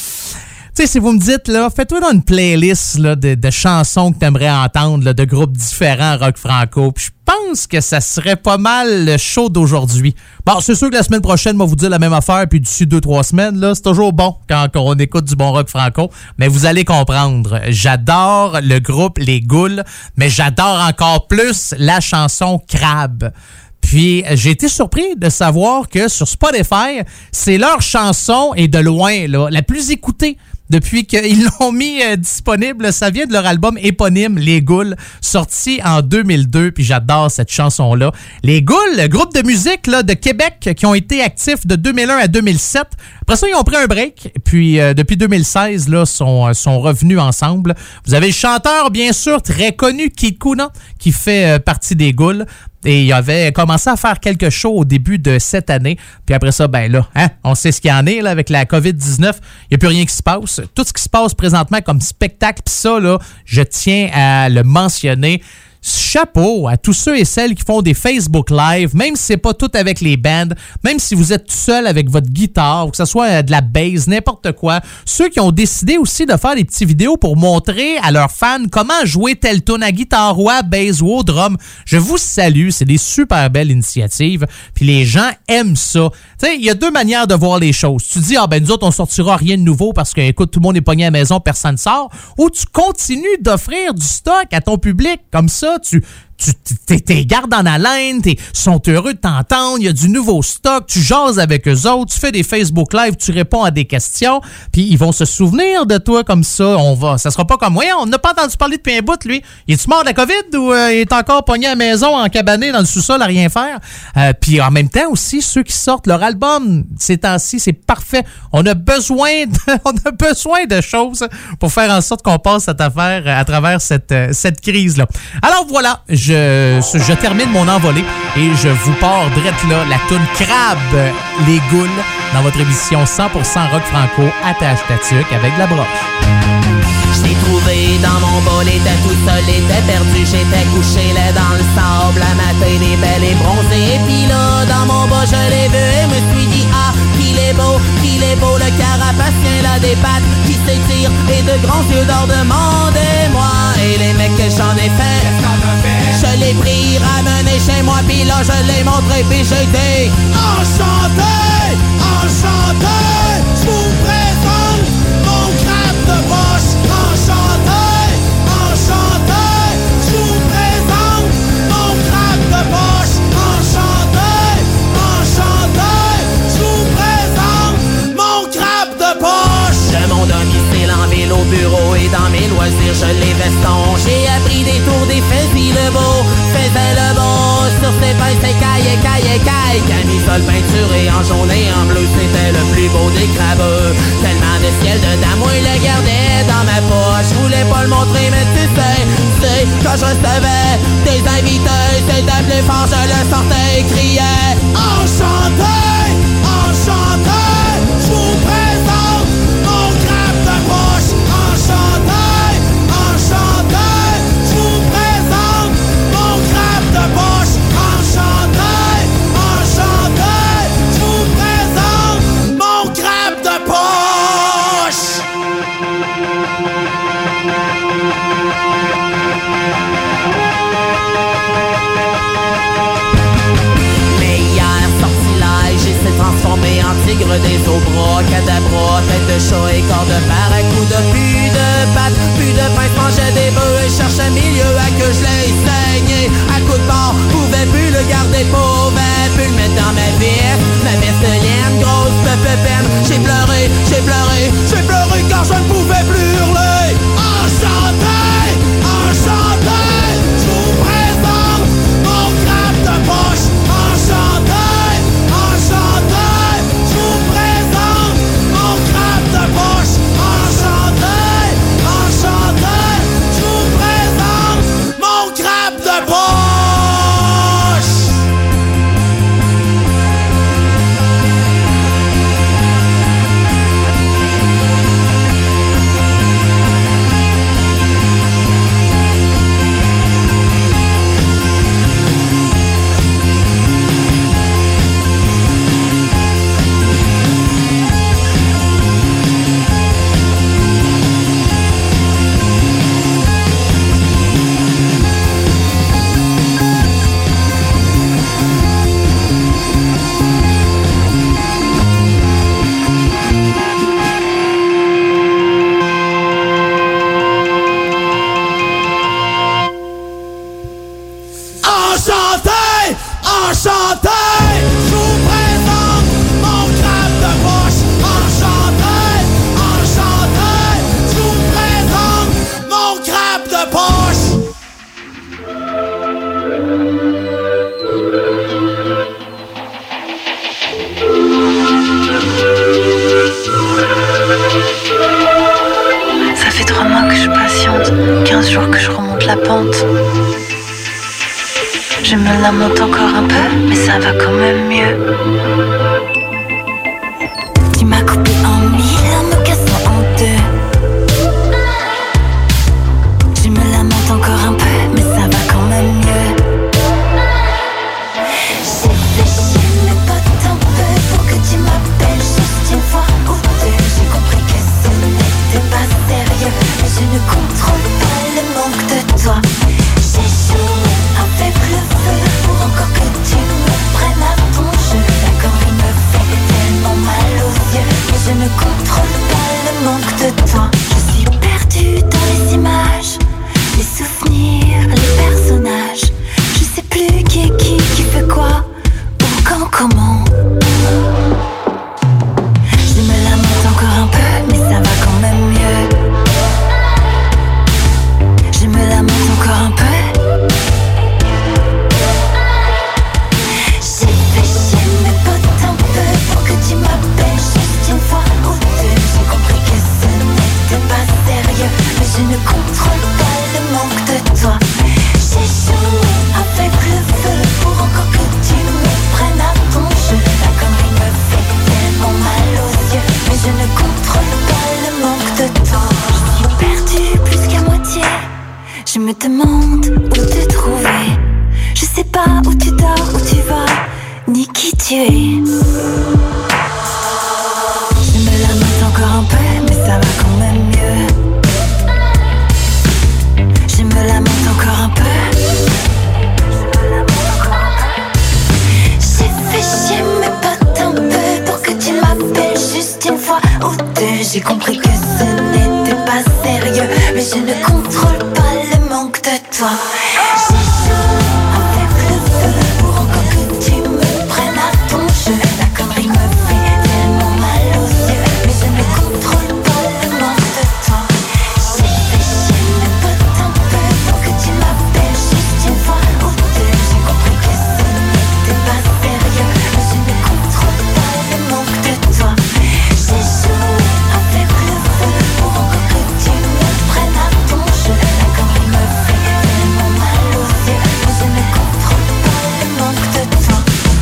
Tu sais, si vous me dites, là, fais-toi dans une playlist là, de, de chansons que tu aimerais entendre, là, de groupes différents rock franco. Puis je pense que ça serait pas mal le show d'aujourd'hui. Bon, c'est sûr que la semaine prochaine, on va vous dire la même affaire, puis d'ici deux, trois semaines, là, c'est toujours bon quand, quand on écoute du bon rock franco. Mais vous allez comprendre, j'adore le groupe Les Goules, mais j'adore encore plus la chanson Crabe. Puis, j'ai été surpris de savoir que sur Spotify, c'est leur chanson, et de loin, là, la plus écoutée depuis qu'ils l'ont mis euh, disponible. Ça vient de leur album éponyme, Les Goules, sorti en deux mille deux, puis j'adore cette chanson-là. Les Goules, groupe de musique là, de Québec qui ont été actifs de deux mille un à deux mille sept. Après ça, ils ont pris un break, puis euh, depuis deux mille seize, là, sont, sont revenus ensemble. Vous avez le chanteur, bien sûr, très connu, Keith Kuna, qui fait euh, partie des Goules. Et il avait commencé à faire quelque chose au début de cette année. Puis après ça, ben là, hein, on sait ce qu'il y en est là, avec la covid dix-neuf. Il n'y a plus rien qui se passe. Tout ce qui se passe présentement comme spectacle, puis ça, là, je tiens à le mentionner. Chapeau à tous ceux et celles qui font des Facebook Live, même si c'est pas tout avec les bands, même si vous êtes tout seul avec votre guitare, ou que ce soit de la bass, n'importe quoi. Ceux qui ont décidé aussi de faire des petites vidéos pour montrer à leurs fans comment jouer telle tune à guitare ou à bass ou au drum. Je vous salue, c'est des super belles initiatives. Puis les gens aiment ça. Tu sais, il y a deux manières de voir les choses. Tu dis, ah ben nous autres, on sortira rien de nouveau parce que, écoute, tout le monde est pogné à la maison, personne ne sort. Ou tu continues d'offrir du stock à ton public. Comme ça, tu... Tu t'es, t'es gardes en haleine, ils sont heureux de t'entendre, il y a du nouveau stock, tu jases avec eux autres, tu fais des Facebook Live, tu réponds à des questions, puis ils vont se souvenir de toi comme ça. On va, ça sera pas comme, voyons, on n'a pas entendu parler depuis un bout, lui. Il est-tu mort de la COVID ou euh, il est encore pogné à la maison, encabané dans le sous-sol à rien faire? Euh, puis en même temps aussi, ceux qui sortent leur album ces temps-ci, c'est parfait. On a besoin de, on a besoin de choses pour faire en sorte qu'on passe cette affaire à travers cette, cette crise-là. Alors voilà, je Je, je termine mon envolée et je vous pars direct là, la toune Crabe, Les Goules, dans votre émission cent pour cent rock franco, attache ta tuque avec de la broche. J't'ai trouvé dans mon bol, était tout seul, était perdu, j'étais couché là dans le sable, la matin des belles et bronzée, et puis là dans mon bas je l'ai vu et me suis dit ah qu'il est beau, qu'il est beau, le carapacien là des pattes qui s'étire et de grands yeux d'or, demandez-moi, et les mecs que j'en ai fait, je l'ai pris, ramené chez moi, puis là je l'ai montré, puis j'ai dit enchanté, enchanté, je vous présente mon crabe de poche. Enchanté, enchanté, je vous présente mon crabe de poche. Enchanté, enchanté, je vous présente mon crabe de poche. De mon domicile en ville au bureau et dans mes loisirs je l'ai veston. J'ai appris des tours des faits, puis le beau faisait le beau. Sur ses pinces et caille, caille, caille, camisole peinturée en jaune et en bleu, c'était le plus beau des crabeux. Tellement de ciel dedans, moi le gardais dans ma poche. Je voulais pas le montrer, mais tu sais, tu sais, quand je recevais des invités, c'était plus fort, je le sortais et criais enchanté, enchanté, je vous présente mon crabe de poche. Enchanté, enchanté, je vous présente mon crabe de poche. Enchanté, enchanté, je vous présente mon crabe de poche. Mais hier, sortilège, il s'est transformé en tigre des eaux bras, cadabra, tête de chat et corps de barracuda, plus de pattes, plus de pain, mangeait des bœufs et cherchait milieu à que je l'ai saigné. À coup de barre, pouvais plus le garder, pouvais plus le mettre dans ma veste. Ma veste de laine, grosse pepe peine. J'ai pleuré, j'ai pleuré, j'ai pleuré car je ne pouvais plus hurler. Ça fait trois mois que je patiente, quinze jours que je remonte la pente. Je me lamente encore un peu, mais ça va quand même mieux. Tu m'as coupé en mille en me cassant en deux. Je me lamente encore un peu, mais ça va quand même mieux. J'ai fait chier mes potes un peu pour que tu m'appelles juste une fois ou deux. J'ai compris que ce n'était pas sérieux, mais je ne contrôle pas le manque de toi. J'ai joué avec le feu pour encore que tu me prennes à ton jeu. D'accord, il me fait tellement mal aux yeux, mais je ne contrôle pas le manque de toi. Je suis perdue dans les images, les souvenirs, les personnages. Je sais plus qui est qui, qui fait quoi, ou quand, comment. Je me lamente encore un peu, mais ça va quand même mieux. Je me lamente encore un peu. J'ai fait chier mes potes un peu pour que tu m'appelles juste une fois ou deux. J'ai compris que ce n'était pas sérieux, mais je ne contrôle pas le manque de toi. J'ai joué avec le feu pour encore que tu me prennes à ton jeu. La connerie me fait tellement mal aux yeux, mais je ne contrôle pas le manque de toi. Je suis perdue plus qu'à moitié. Je me demande où te trouver. Je sais pas où tu dors, où tu vas, ni qui tu es. Je me lamente encore un peu, mais ça va quand même mieux. Je me lamente encore un peu. J'ai fait chier mes potes un peu pour que tu m'appelles juste une fois ou deux. J'ai compris que ce n'était pas sérieux, mais je ne contrôle pas le manque de toi. J'ai joué avec le feu pour encore que tu me prennes à ton jeu. La connerie me fait tellement mal aux yeux, mais je ne contrôle pas le manque de toi. J'ai fait chier mes potes un peu pour que tu m'appelles juste une fois ou deux. J'ai compris que ce n'était pas sérieux, mais je ne contrôle pas le manque de toi. J'ai joué avec le feu pour encore que tu me prennes à ton jeu. La connerie me fait tellement mal aux yeux, mais je ne contrôle pas le manque de toi.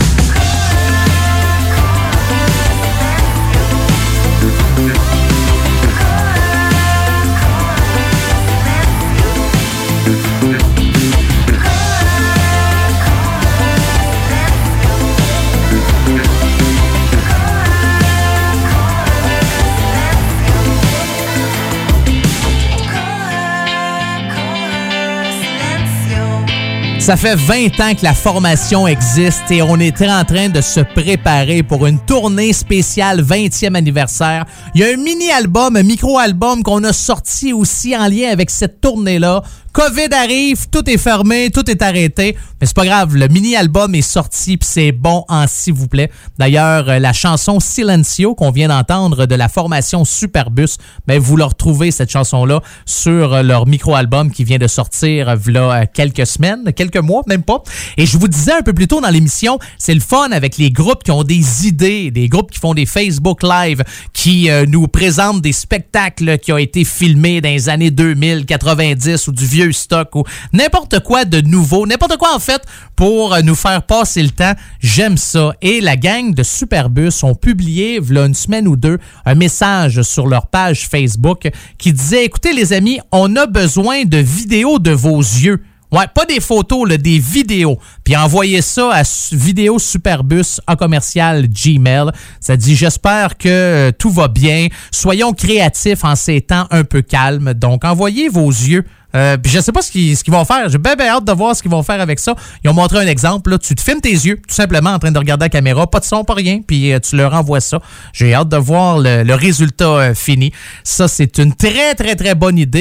Ça fait vingt ans que la formation existe et on était en train de se préparer pour une tournée spéciale vingtième anniversaire. Il y a un mini-album, un micro-album qu'on a sorti aussi en lien avec cette tournée-là. COVID arrive, tout est fermé, tout est arrêté. Mais c'est pas grave, le mini-album est sorti pis c'est bon en s'il vous plaît. D'ailleurs, la chanson Silencio qu'on vient d'entendre de la formation Superbus, ben vous la retrouvez cette chanson-là sur leur micro-album qui vient de sortir v'là quelques semaines, quelques mois, même pas. Et je vous disais un peu plus tôt dans l'émission, c'est le fun avec les groupes qui ont des idées, des groupes qui font des Facebook Live, qui euh, nous présentent des spectacles qui ont été filmés dans les années deux mille, quatre-vingt-dix ou du vieux stock ou n'importe quoi de nouveau, n'importe quoi en fait pour nous faire passer le temps. J'aime ça. Et la gang de Superbus ont publié, v'là une semaine ou deux, un message sur leur page Facebook qui disait « Écoutez les amis, on a besoin de vidéos de vos yeux. » Ouais, pas des photos, là, des vidéos. Puis envoyez ça à vidéo superbus en commercial Gmail. Ça dit, j'espère que euh, tout va bien. Soyons créatifs en ces temps un peu calmes. Donc, envoyez vos yeux. Euh, puis je sais pas ce qu'ils, ce qu'ils vont faire. J'ai bien, bien hâte de voir ce qu'ils vont faire avec ça. Ils ont montré un exemple. Là. Tu te filmes tes yeux, tout simplement, en train de regarder la caméra. Pas de son, pas rien. Puis euh, tu leur envoies ça. J'ai hâte de voir le, le résultat euh, fini. Ça, c'est une très, très, très bonne idée. Il y a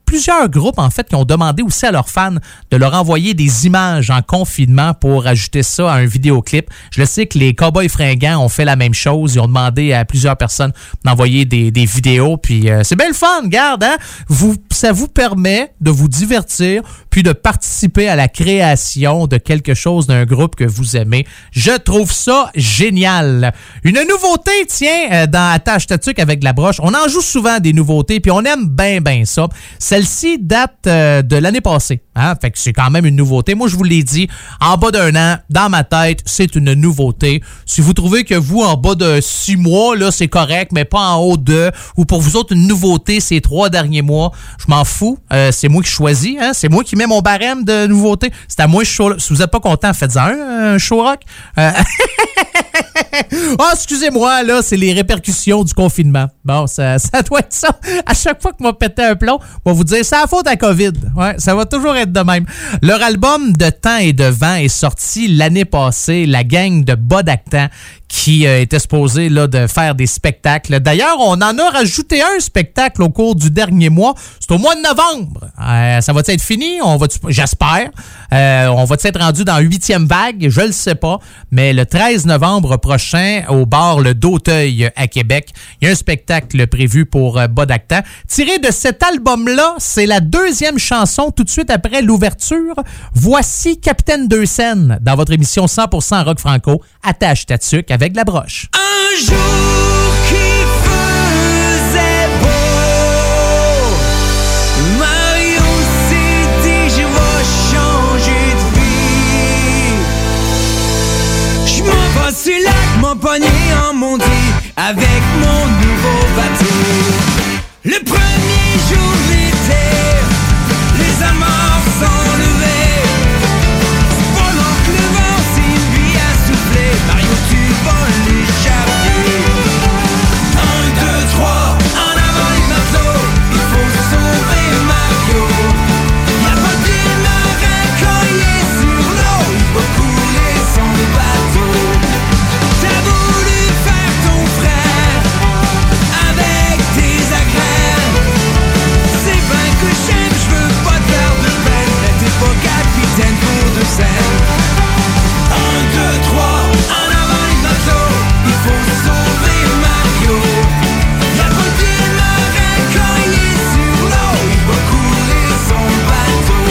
plusieurs groupes, en fait, qui ont demandé aussi à leurs fans de leur envoyer des images en confinement pour ajouter ça à un vidéoclip. Je le sais que les Cowboys Fringants ont fait la même chose. Ils ont demandé à plusieurs personnes d'envoyer des, des vidéos. Puis euh, c'est bien le fun, regarde, hein? Vous, ça vous permet de vous divertir puis de participer à la création de quelque chose d'un groupe que vous aimez. Je trouve ça génial. Une nouveauté, tiens, euh, dans Attache ta tuque avec la broche. On en joue souvent des nouveautés, puis on aime bien, bien ça. Celle-ci date euh, de l'année passée. Hein? Fait que c'est quand même une nouveauté. Moi, je vous l'ai dit, en bas d'un an, dans ma tête, c'est une nouveauté. Si vous trouvez que vous, en bas de six mois, là, c'est correct, mais pas en haut de, ou pour vous autres, une nouveauté ces trois derniers mois, je m'en fous. Euh, c'est moi qui choisis. Hein? C'est moi qui mets mon barème de nouveautés. C'est à moi, je show. Si vous n'êtes pas content, faites-en un, un show rock. Euh... oh, excusez-moi, là, c'est les répercussions du confinement. Bon, ça, ça doit être ça. À chaque fois que m'a pété un plomb, on va vous dire, c'est la faute à COVID. Ouais, ça va toujours être de même. Leur album De temps et de vent est sorti l'année passée. La gang de Bas d'Actan qui euh, était supposé là, de faire des spectacles. D'ailleurs, on en a rajouté un spectacle au cours du dernier mois. C'est au mois de novembre. Euh, ça va être fini? On va, j'espère. Euh, on va être rendu dans huitième vague? Je le sais pas. Mais le treize novembre prochain, au bar Le d'Auteuil à Québec, il y a un spectacle prévu pour euh, Bas d'Actan. Tiré de cet album-là, c'est la deuxième chanson tout de suite après l'ouverture. Voici Capitaine Deux Scènes dans votre émission cent pour cent Rock Franco. Attache ta tuque avec la broche. Un jour qui faisait beau, Mario s'est dit je vais changer de vie. Je m'en vais sur le lac, mon pogné en mondi, avec mon nouveau bateau. Le premier jour de l'été, les amarres sont levées. Pendant que le vent s'est mis à souffler, Mario tu vas l'échapper. Un, deux, trois, en avant les matelots, il faut sauver Mario. Y'a pas de marin quand il est sur l'eau, il va couler son bateau. T'as voulu faire ton frère avec tes agrès. C'est ben que j'aime, j'veux pas te faire de peine, mais t'es pas capitaine pour deux scènes. Un, deux, trois, en avant les matelots, il faut sauver Mario. Y'a pas de marin quand il est sur l'eau, il va couler son bateau.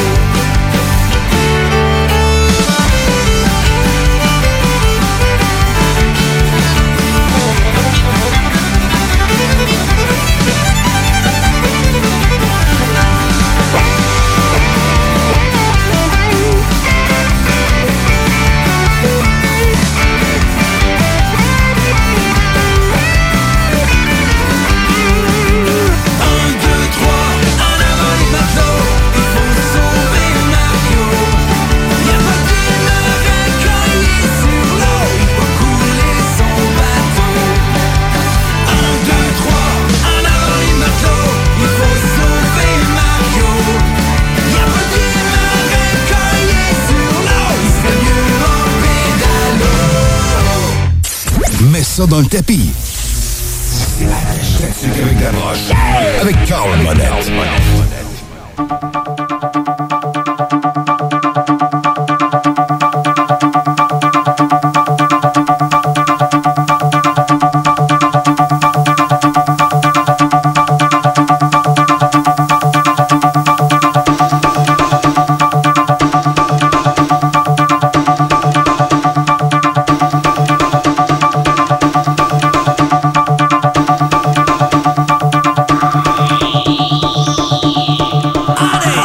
Mets ça dans le tapis. C'est Attache ta tuque avec la broche. Avec Carl Monette. Allez!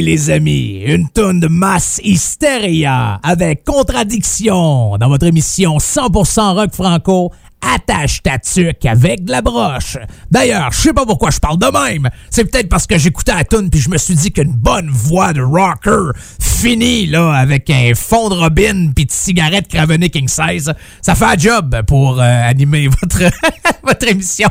les amis, une toune de Mass Hysteria avec Contradiction dans votre émission cent pour cent rock franco. Attache ta tuque avec de la broche. D'ailleurs, je sais pas pourquoi je parle de même. C'est peut-être parce que j'écoutais la toune puis je me suis dit qu'une bonne voix de rocker finie là avec un fond de robine puis de cigarette cravonnée king size, ça fait un job pour euh, animer votre votre émission.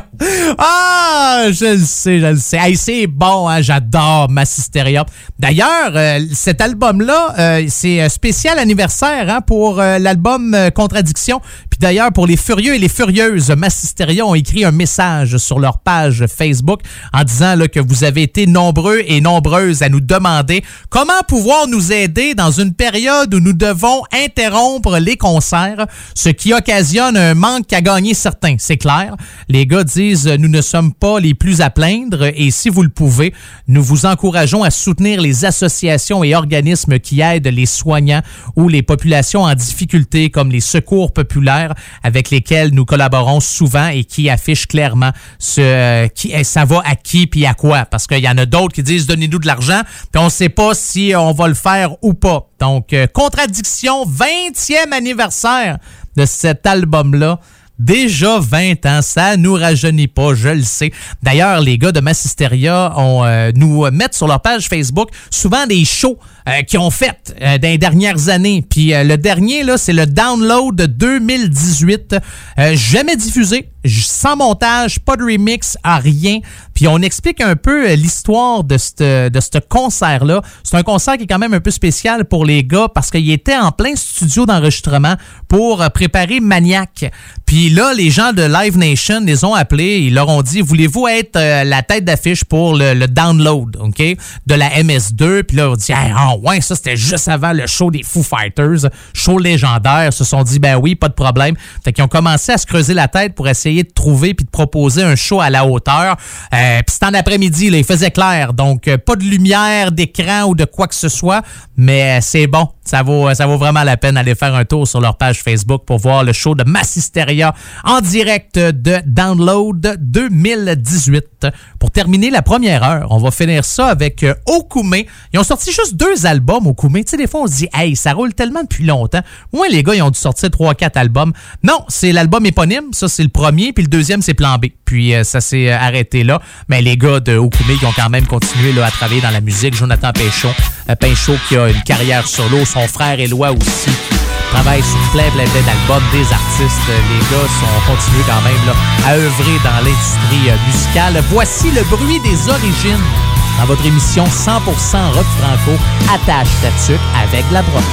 Ah, je le sais, je le sais. Hey, c'est bon, hein, j'adore Mass Hysteria. D'ailleurs, euh, cet album-là, euh, c'est spécial anniversaire hein, pour euh, l'album euh, Contradiction. Puis d'ailleurs, pour les furieux et les furieuses, Mass Hysteria ont écrit un message sur leur page Facebook en disant là, que vous avez été nombreux et nombreuses à nous demander comment pouvoir nous aider dans une période où nous devons interrompre les concerts, ce qui occasionne un manque à gagner certain, c'est clair. Les gars disent « Nous ne sommes pas les plus à plaindre et si vous le pouvez, nous vous encourageons à soutenir les associations et organismes qui aident les soignants ou les populations en difficulté comme les secours populaires avec lesquels nous collaborons souvent et qui affichent clairement ce euh, qui ça va à qui puis à quoi. Parce qu'il y en a d'autres qui disent « Donnez-nous de l'argent » puis on ne sait pas si on va le faire ou pas. Donc, euh, Contradiction, vingtième anniversaire de cet album-là. Déjà vingt ans, ça nous rajeunit pas, je le sais. D'ailleurs, les gars de Mass Hysteria on, euh, nous mettent sur leur page Facebook souvent des shows euh, qu'ils ont fait euh, dans les dernières années. Puis euh, le dernier, là, c'est le Download deux mille dix-huit. Euh, jamais diffusé, sans montage, pas de remix, à rien. Puis on explique un peu euh, l'histoire de ce de ce concert-là. C'est un concert qui est quand même un peu spécial pour les gars parce qu'il était en plein studio d'enregistrement pour euh, préparer Maniac. Puis là, les gens de Live Nation les ont appelés. Ils leur ont dit, voulez-vous être euh, la tête d'affiche pour le, le download, OK, de la M S deux? Puis là, on dit, hey, oh, ouais, ça, c'était juste avant le show des Foo Fighters, show légendaire. Ils se sont dit, ben oui, pas de problème. Fait qu'ils ont commencé à se creuser la tête pour essayer de trouver puis de proposer un show à la hauteur. Euh, puis c'était en après-midi, là, il faisait clair. Donc, euh, pas de lumière, d'écran ou de quoi que ce soit, mais euh, c'est bon. Ça vaut, ça vaut vraiment la peine d'aller faire un tour sur leur page Facebook pour voir le show de Mass Hysteria en direct de Download deux mille dix-huit. Pour terminer la première heure, on va finir ça avec euh, Okume. Ils ont sorti juste deux albums, Okume. Tu sais, des fois, on se dit, hey, ça roule tellement depuis longtemps. Moi, les gars, ils ont dû sortir trois quatre albums. Non, c'est l'album éponyme. Ça, c'est le premier. Puis le deuxième, c'est Plan B. Puis euh, ça s'est euh, arrêté là. Mais les gars de Okume, ils ont quand même continué là, à travailler dans la musique. Jonathan Pinchot, euh, Pinchot qui a une carrière solo. Son frère Éloi aussi, travaille sur plein, plein, plein d'albums, des artistes. Les gars sont continués quand même là, à œuvrer dans l'industrie euh, musicale. Voici le bruit des origines dans votre émission cent pour cent rock franco. Attache ta tuque avec la broche.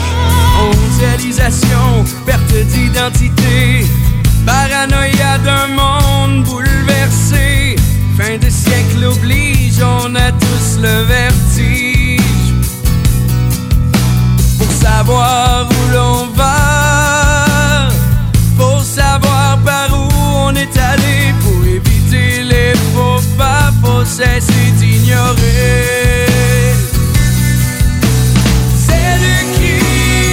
Mondialisation, perte d'identité, paranoïa d'un monde bouleversé. Fin de siècle oblige, on a tous le vertige. Pour savoir où l'on va, pour savoir par où on est allé, pour éviter les faux pas, faut cesser d'ignorer. C'est le cri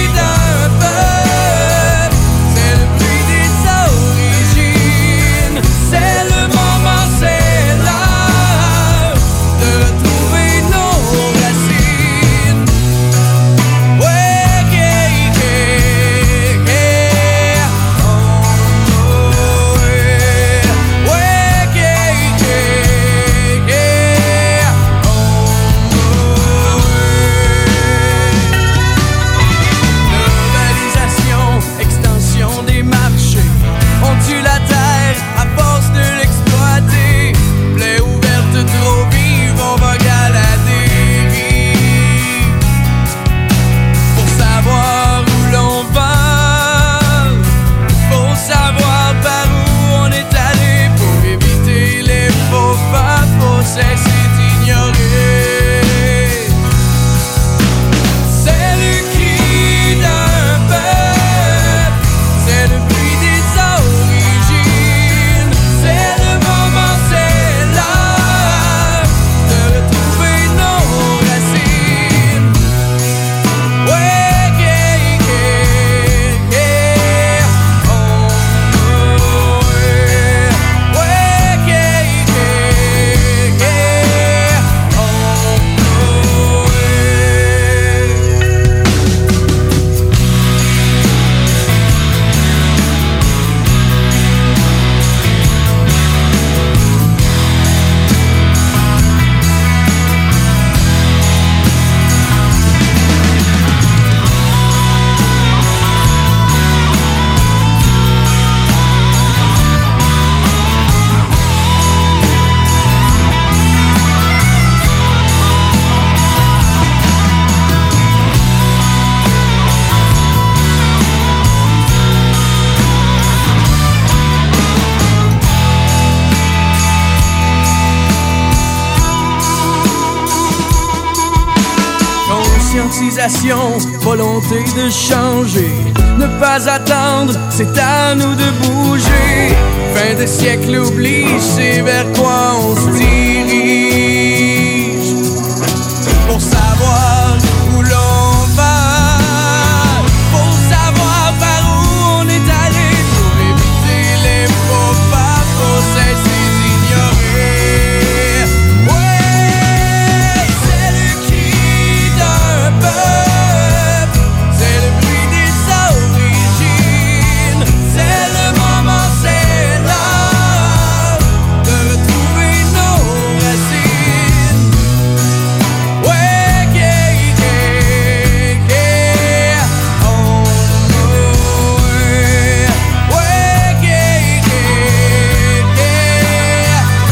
détermination, volonté de changer. Ne pas attendre, c'est à nous de bouger. Fin de siècle, oublie, c'est vers quoi on se dirige. Pour savoir où l'on va, pour savoir par où on est allé, pour éviter les faux pas, pour cesser d'ignorer. Ouais, c'est le cri d'un peuple, c'est le bruit des origines, c'est le moment, c'est l'heure de retrouver nos racines. Ouais, yeah, yeah, yeah, oh, oh, ouais, ouais, yeah, yeah, yeah, oh,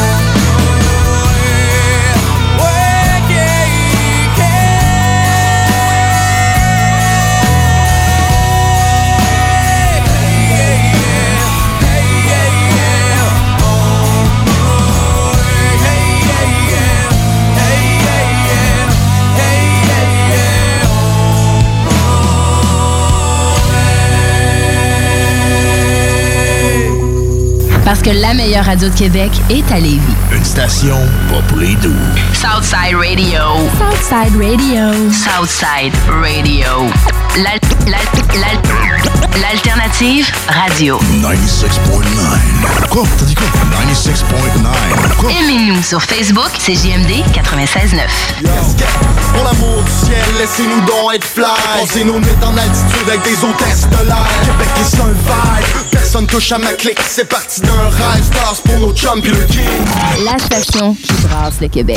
oh, ouais, yeah, Parce que la meilleure radio de Québec est à Lévis. Une station pas pour les doux. Southside Radio. Southside Radio. Southside Radio. L'al- l'al- l'al- L'alternative radio. quatre-vingt-seize point neuf. Quoi? T'as dit quoi? quatre-vingt-seize point neuf. Quoi? Aimez-nous sur Facebook, c'est J M D quatre-vingt-seize neuf. Pour l'amour du ciel, laissez-nous donc être fly. Pensez nos nuits en altitude avec des hôtesses de l'air. Québec est c'est un vibe, personne touche à ma clique. C'est parti d'un rêve, stars pour nos chums pis le king. La station qui brasse le Québec.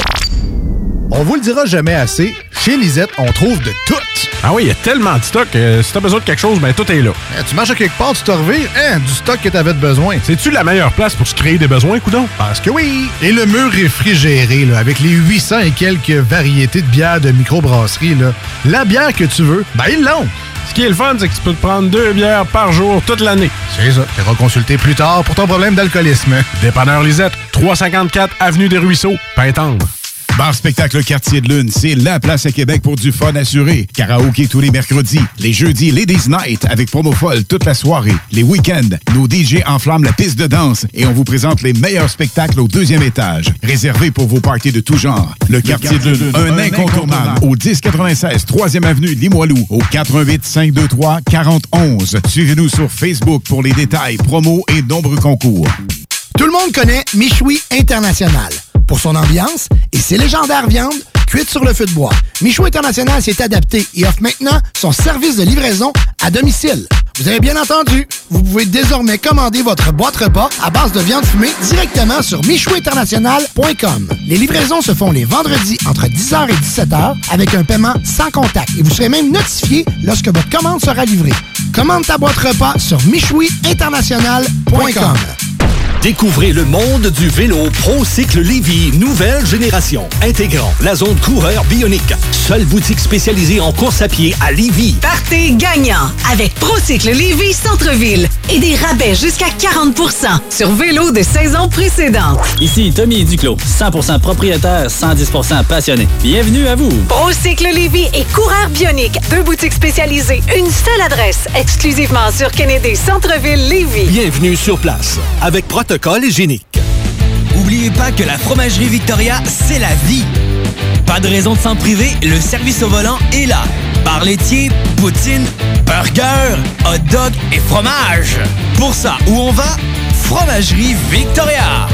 On vous le dira jamais assez, chez Lisette, on trouve de tout. Ah oui, il y a tellement de stock. Euh, si t'as besoin de quelque chose, ben tout est là. Eh, tu marches à quelque part, tu te revires, hein, du stock que t'avais de besoin. C'est-tu la meilleure place pour se créer des besoins, coudon? Parce que oui! Et le mur réfrigéré, là, avec les huit cents et quelques variétés de bières de microbrasserie, là, la bière que tu veux, ben ils l'ont! Ce qui est le fun, c'est que tu peux te prendre deux bières par jour toute l'année. C'est ça. Tu iras consulter plus tard pour ton problème d'alcoolisme. Dépanneur Lisette, trois cent cinquante-quatre Avenue des Ruisseaux, Pintendre. Bar Spectacle Quartier de Lune, c'est la place à Québec pour du fun assuré. Karaoké tous les mercredis. Les jeudis, Ladies Night avec promo folle toute la soirée. Les week-ends, nos D J enflamment la piste de danse et on vous présente les meilleurs spectacles au deuxième étage. Réservé pour vos parties de tout genre. Le, le Quartier de Lune, un, un incontournable. Au dix quatre-vingt-seize, troisième avenue Limoilou, au quatre un huit, cinq deux trois, quatre zéro un un. Suivez-nous sur Facebook pour les détails, promos et nombreux concours. Tout le monde connaît Michoui International. Pour son ambiance et ses légendaires viandes cuites sur le feu de bois. Michoui International s'est adapté et offre maintenant son service de livraison à domicile. Vous avez bien entendu, vous pouvez désormais commander votre boîte repas à base de viande fumée directement sur michoui international point com. Les livraisons se font les vendredis entre dix heures et dix-sept heures avec un paiement sans contact et vous serez même notifié lorsque votre commande sera livrée. Commande ta boîte repas sur michoui international point com. Découvrez le monde du vélo ProCycle Lévis, nouvelle génération, intégrant la zone coureur bionique. Seule boutique spécialisée en course à pied à Lévis. Partez gagnant avec ProCycle Lévis Centre-Ville et des rabais jusqu'à quarante pour cent sur vélo de saison précédente. Ici Tommy Duclos, cent pour cent propriétaire, cent dix pour cent passionné. Bienvenue à vous. ProCycle Lévis et coureur bionique, deux boutiques spécialisées, une seule adresse, exclusivement sur Kennedy Centre-Ville Lévis. Bienvenue sur place avec protocole hygiénique. Oubliez pas que la Fromagerie Victoria, c'est la vie. Pas de raison de s'en priver, le service au volant est là. Bar laitier, poutine, burger, hot dog et fromage. Pour ça, où on va? Fromagerie Victoria.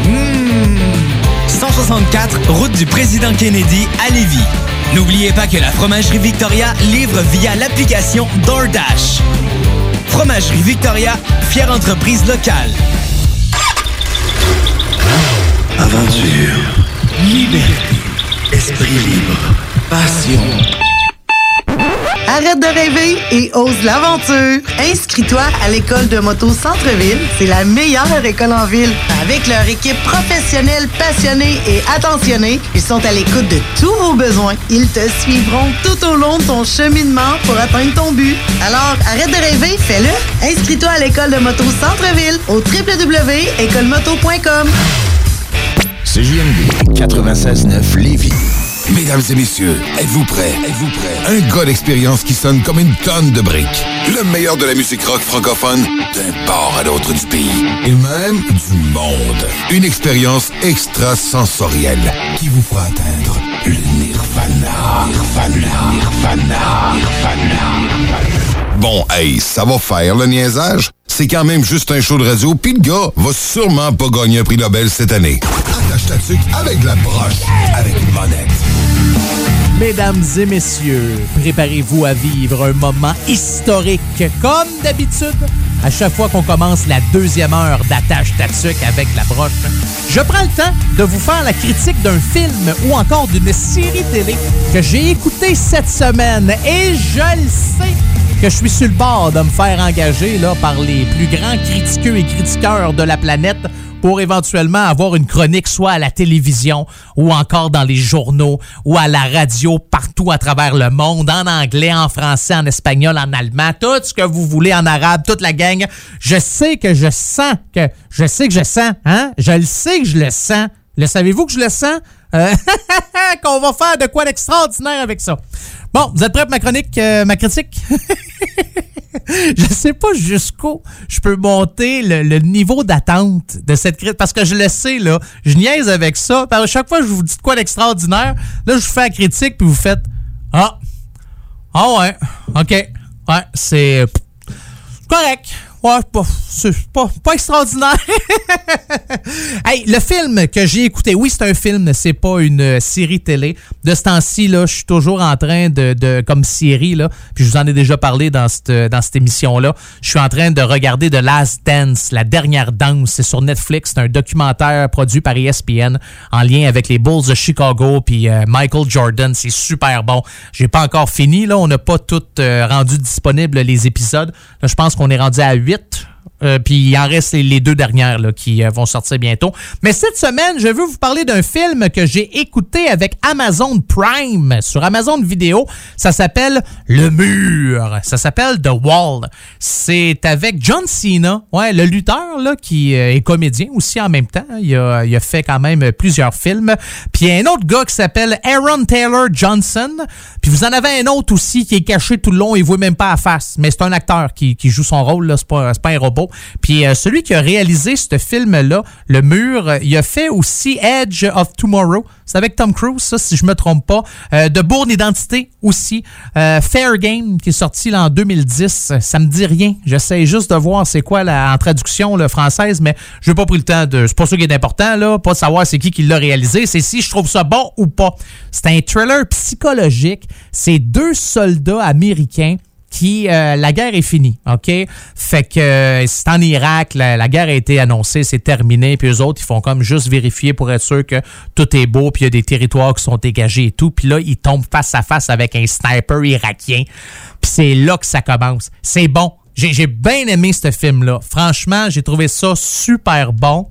Mmh. cent soixante-quatre, route du Président Kennedy à Lévis. N'oubliez pas que la Fromagerie Victoria livre via l'application DoorDash. Fromagerie Victoria, fière entreprise locale. Aventure, liberté, esprit libre, passion. Arrête de rêver et ose l'aventure. Inscris-toi à l'école de moto Centre-Ville. C'est la meilleure école en ville. Avec leur équipe professionnelle, passionnée et attentionnée, ils sont à l'écoute de tous vos besoins. Ils te suivront tout au long de ton cheminement pour atteindre ton but. Alors, arrête de rêver, fais-le. Inscris-toi à l'école de moto Centre-Ville au w w w point école moto point com. C J M D quatre-vingt-seize neuf Lévis. Mesdames et messieurs, êtes-vous prêts? Êtes-vous prêts? Un gars d'expérience qui sonne comme une tonne de briques. Le meilleur de la musique rock francophone d'un port à l'autre du pays. Et même du monde. Une expérience extrasensorielle qui vous fera atteindre le Nirvana. Nirvana. Nirvana. Nirvana. Bon, hey, ça va faire le niaisage. C'est quand même juste un show de radio, pis le gars va sûrement pas gagner un prix Nobel cette année. Attache ta tuque avec de la broche, avec une monette. Mesdames et messieurs, préparez-vous à vivre un moment historique. Comme d'habitude, à chaque fois qu'on commence la deuxième heure d'Attache ta tuque avec la broche, je prends le temps de vous faire la critique d'un film ou encore d'une série télé que j'ai écouté cette semaine. Et je le sais que je suis sur le bord de me faire engager là, par les plus grands critiqueux et critiqueurs de la planète pour éventuellement avoir une chronique soit à la télévision ou encore dans les journaux ou à la radio partout à travers le monde, en anglais, en français, en espagnol, en allemand, tout ce que vous voulez, en arabe, toute la gang. Je sais que je sens que... Je sais que je sens, hein? Je le sais que je le sens. Le savez-vous que je le sens? Euh, qu'on va faire de quoi d'extraordinaire avec ça. Bon, vous êtes prêts pour ma chronique, euh, ma critique? Je sais pas jusqu'où je peux monter le, le niveau d'attente de cette critique, parce que je le sais, là, je niaise avec ça. Parce que chaque fois que je vous dis de quoi d'extraordinaire, là, je vous fais la critique, puis vous faites « Ah, ah ouais, OK, ouais, c'est correct. » Ouais, pas, c'est pas, pas extraordinaire. Hey, le film que j'ai écouté, oui, c'est un film, c'est pas une série télé. De ce temps-ci, là, je suis toujours en train de, de comme série, là, puis je vous en ai déjà parlé dans cette, dans cette émission-là. Je suis en train de regarder The Last Dance, La Dernière Danse. C'est sur Netflix. C'est un documentaire produit par E S P N en lien avec les Bulls de Chicago puis euh, Michael Jordan. C'est super bon. J'ai pas encore fini, là. On n'a pas tout euh, rendu disponible, les épisodes. Là, je pense qu'on est rendu à huit. Euh, puis il en reste les, les deux dernières là, qui euh, vont sortir bientôt. Mais cette semaine, je veux vous parler d'un film que j'ai écouté avec Amazon Prime sur Amazon Vidéo. Ça s'appelle Le Mur. Ça s'appelle The Wall. C'est avec John Cena, ouais, le lutteur là, qui euh, est comédien aussi en même temps. Il a, il a fait quand même plusieurs films. Puis il y a un autre gars qui s'appelle Aaron Taylor Johnson. Puis vous en avez un autre aussi qui est caché tout le long. Il ne voit même pas la face. Mais c'est un acteur qui, qui joue son rôle. Là. C'est pas, c'est pas un robot. Puis euh, celui qui a réalisé ce film-là, Le Mur, il a fait aussi Edge of Tomorrow. C'est avec Tom Cruise, ça, si je me trompe pas. Euh, de Bourne Identité aussi. Euh, Fair Game, qui est sorti là, en deux mille dix. Ça me dit rien. J'essaie juste de voir c'est quoi la, en traduction là, française, mais je n'ai pas pris le temps de... C'est pas ça qui est important, là. Pas de savoir c'est qui qui l'a réalisé. C'est si je trouve ça bon ou pas. C'est un thriller psychologique. C'est deux soldats américains qui, euh, la guerre est finie, OK? Fait que euh, c'est en Irak, la, la guerre a été annoncée, c'est terminé, puis eux autres, ils font comme juste vérifier pour être sûr que tout est beau, puis il y a des territoires qui sont dégagés et tout, puis là, ils tombent face à face avec un sniper irakien, puis c'est là que ça commence. C'est bon. J'ai, j'ai bien aimé ce film-là. Franchement, j'ai trouvé ça super bon.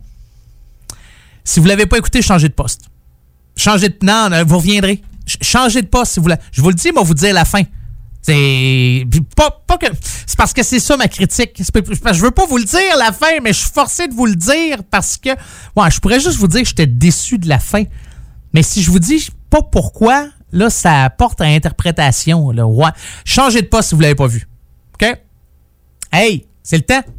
Si vous l'avez pas écouté, changez de poste. Changez de... Non, vous reviendrez. Ch- changez de poste si vous voulez. Je vous le dis, moi, vous dire la fin. C'est pas, pas que c'est parce que c'est ça ma critique. Je veux pas vous le dire la fin, mais je suis forcé de vous le dire parce que ouais, je pourrais juste vous dire que j'étais déçu de la fin. Mais si je vous dis pas pourquoi, là ça porte à interprétation là. Ouais, changez de poste si vous l'avez pas vu. OK? Hey, c'est le temps.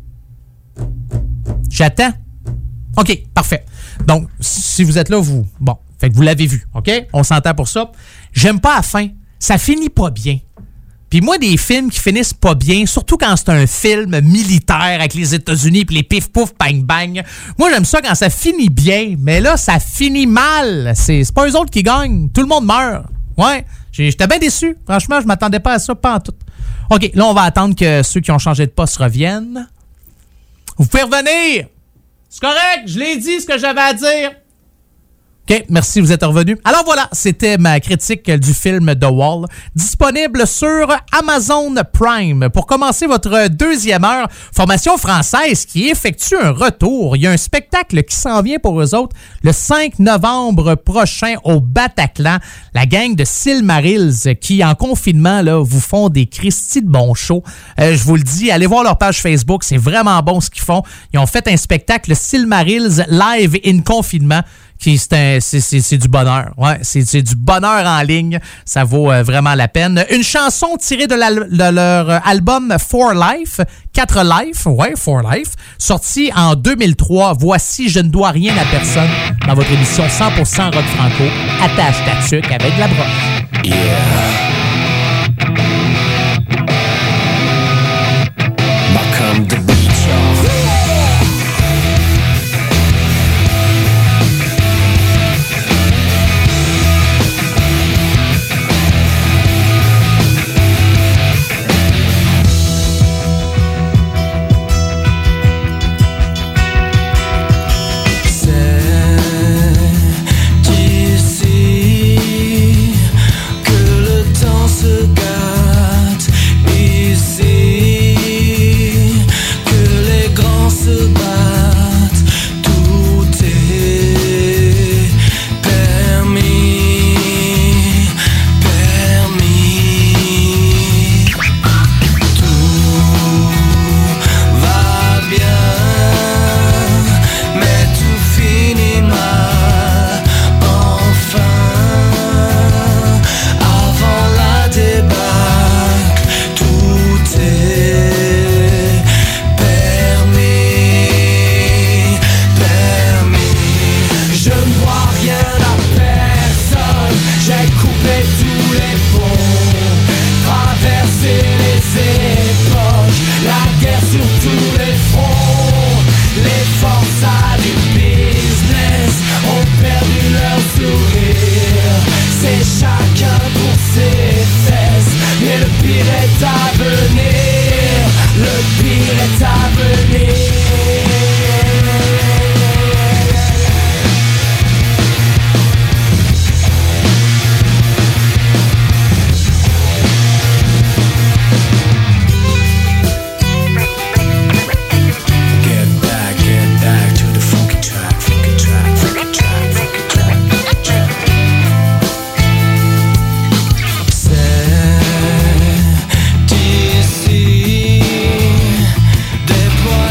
J'attends. OK, parfait. Donc si vous êtes là, vous bon, fait que vous l'avez vu. OK? On s'entend pour ça. J'aime pas la fin. Ça finit pas bien. Puis moi, des films qui finissent pas bien, surtout quand c'est un film militaire avec les États-Unis puis les pif-pouf, bang-bang, moi, j'aime ça quand ça finit bien. Mais là, ça finit mal. C'est, c'est pas eux autres qui gagnent. Tout le monde meurt. Ouais, j'étais bien déçu. Franchement, je m'attendais pas à ça, pas en tout. OK, là, on va attendre que ceux qui ont changé de poste reviennent. Vous pouvez revenir. C'est correct, je l'ai dit ce que j'avais à dire. OK, merci, vous êtes revenus. Alors voilà, c'était ma critique du film The Wall, disponible sur Amazon Prime. Pour commencer votre deuxième heure, formation française qui effectue un retour. Il y a un spectacle qui s'en vient pour eux autres le cinq novembre prochain au Bataclan. La gang de Silmarils qui, en confinement, là, vous font des Christy de bons shows. Euh, je vous le dis, allez voir leur page Facebook, c'est vraiment bon ce qu'ils font. Ils ont fait un spectacle Silmarils live in confinement qui c'est, un, c'est, c'est, c'est du bonheur. Ouais, c'est, c'est du bonheur en ligne. Ça vaut euh, vraiment la peine. Une chanson tirée de, la, de leur album For Life, quatre Life, ouais, For Life, sorti en deux mille trois. Voici Je ne dois rien à personne dans votre émission cent pour cent rock franco. Attache ta tuque avec la broche. Yeah. Comme the beach, d'ici, des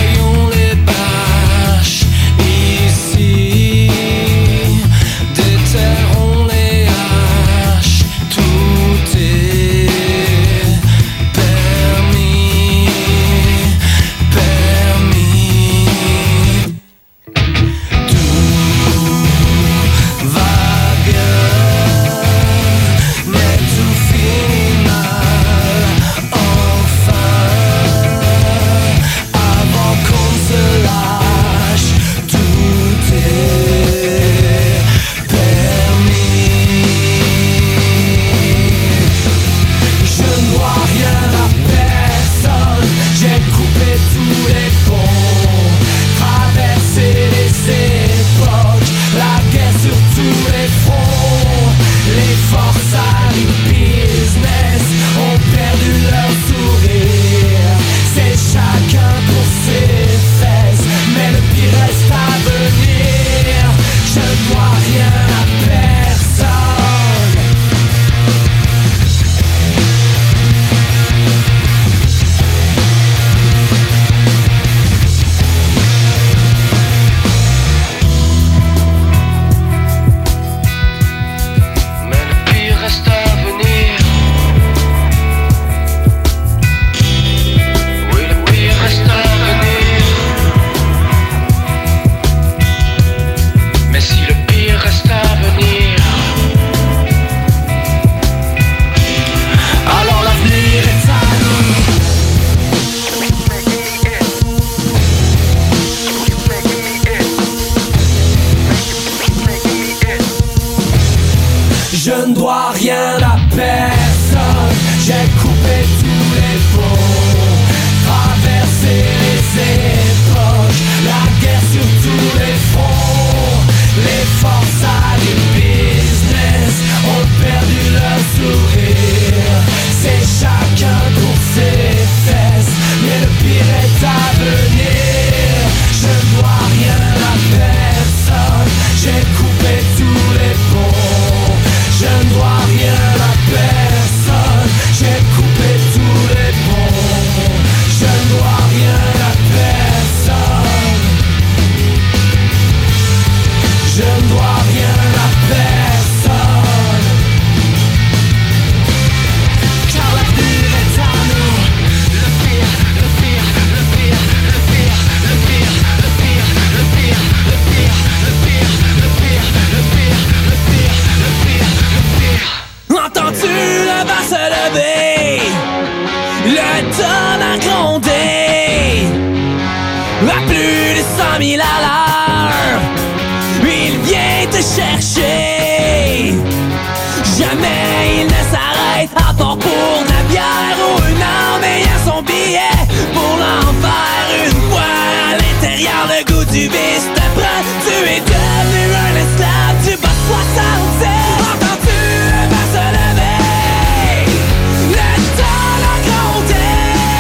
cent mille à l'heure. Il vient te chercher. Jamais il ne s'arrête, à part pour de la bière ou une arme ayant son billet pour l'en faire une fois. À l'intérieur, le goût du vice te prend. Tu es devenu un esclave du bas soixante-six. Entends-tu le vent se lever? Le temps l'a compté.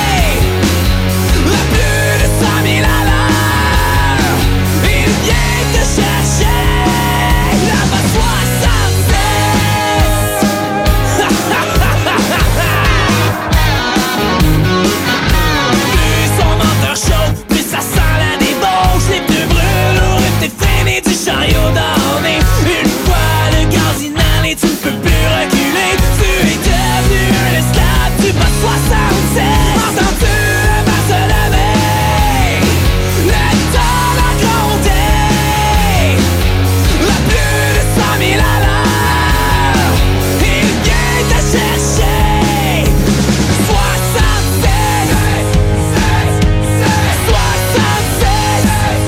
Le plus de cent mille à l'heure. Il vient te chercher. La bas soixante-six. Plus son menteur chaud, plus ça sent la débauche. Les pneus brûlent ou t'es freiné du chariot d'ornée. Une fois le gaz inhalé, tu ne peux plus reculer. Tu es devenu un esclave du bas soixante-six. Entends-tu le vent se lever? Le temps l'a compté. Le plus de cent mille à l'heure. Il vient te chercher. soixante-six. soixante-six.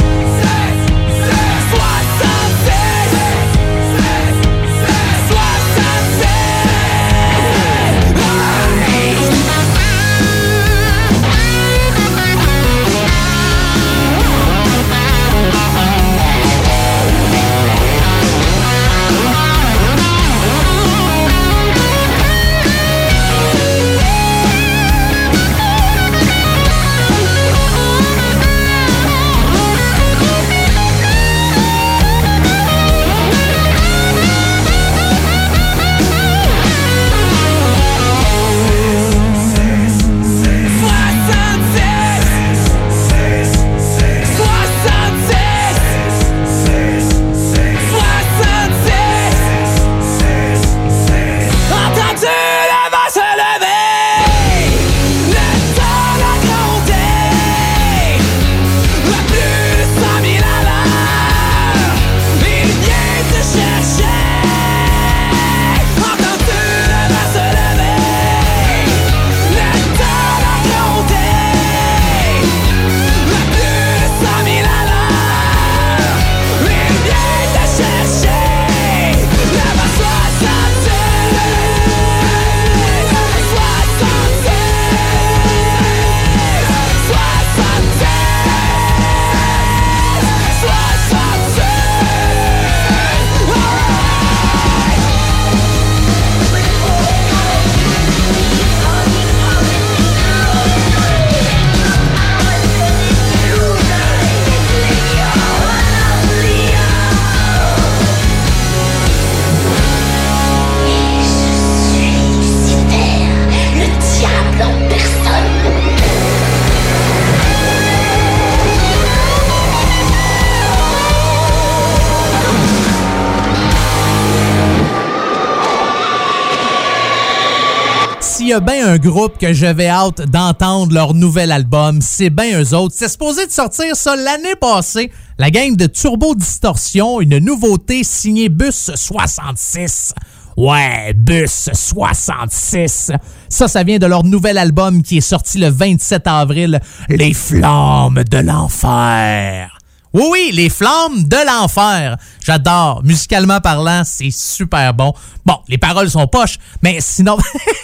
Entends-tu le vent se lever? Le temps l'a compté. Le plus de cent mille à l'heure. Il vient te chercher. Entends-tu le vent se lever? Le temps l'a compté. Le plus de cent mille à l'heure. Il vient te chercher. La bas soixante-six. Le diable en personne. S'il y a bien un groupe que j'avais hâte d'entendre leur nouvel album, c'est bien eux autres. C'est supposé de sortir ça l'année passée. La gang de Turbo Distortion, une nouveauté signée Bus soixante-six. Ouais, Bus soixante-six. Ça, ça vient de leur nouvel album qui est sorti le vingt-sept avril, Les Flammes de l'Enfer. Oui, oui, Les Flammes de l'Enfer. J'adore. Musicalement parlant, c'est super bon. Bon, les paroles sont poches, mais sinon...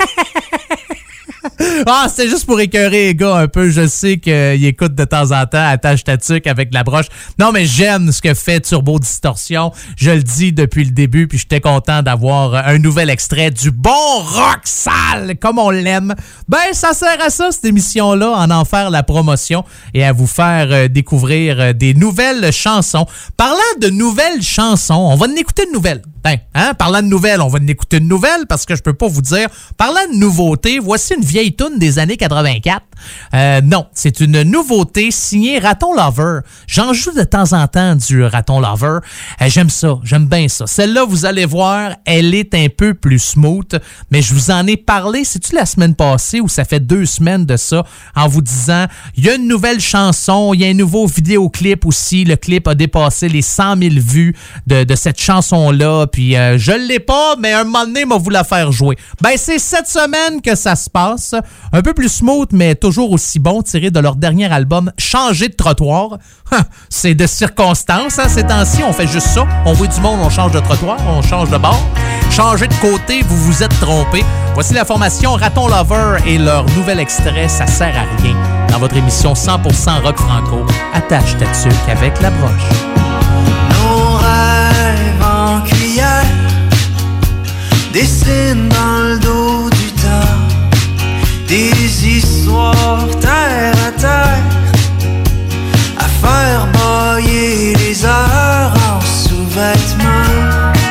Ah, c'était juste pour écœurer les gars un peu. Je sais qu'ils écoutent de temps en temps Attache ta tuque avec la broche. Non, mais j'aime ce que fait Turbo Distortion. Je le dis depuis le début, puis j'étais content d'avoir un nouvel extrait du bon rock sale, comme on l'aime. Ben, ça sert à ça, cette émission-là, en en faire la promotion et à vous faire euh, découvrir euh, des nouvelles chansons. Parlant de nouvelles chansons, on va en écouter une nouvelle. Ben, hein, parlant de nouvelles, on va en écouter une nouvelle parce que je peux pas vous dire. Parlant de nouveautés, voici une vieille toune des années quatre-vingt-quatre. Euh, non, c'est une nouveauté signée Raton Lover. J'en joue de temps en temps du Raton Lover. Euh, j'aime ça, j'aime bien ça. Celle-là, vous allez voir, elle est un peu plus smooth, mais je vous en ai parlé, c'est-tu la semaine passée ou ça fait deux semaines de ça, en vous disant, il y a une nouvelle chanson, il y a un nouveau vidéoclip aussi. Le clip a dépassé les cent mille vues de, de cette chanson-là. Puis euh, je l'ai pas, mais un moment donné, m'a vous la faire jouer. Ben, c'est cette semaine que ça se passe. Chaos. Un peu plus smooth, mais toujours aussi bon, tiré de leur dernier album Changer de trottoir. C'est de circonstance, hein, ces temps-ci. On fait juste ça. On voit du monde, on change de trottoir, on change de bord. Changer de côté, vous vous êtes trompé. Voici la formation Raton Lover et leur nouvel extrait Ça sert à rien. Dans votre émission cent pour cent rock franco, attache ta tuque avec la broche. Nos rêves en cuillère dessinent dans le dos du temps des histoires terre à terre à faire bailler les heures en sous-vêtements.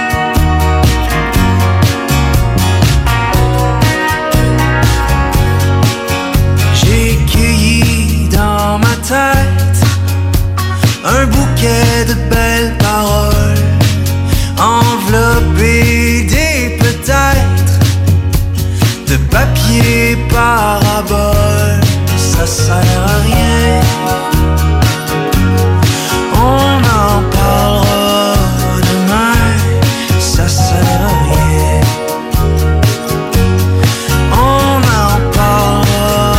J'ai cueilli dans ma tête un bouquet de belles paroles enveloppées des peut-être de papier parabole. Ça sert à rien, on en parlera demain. Ça sert à rien, on en parlera.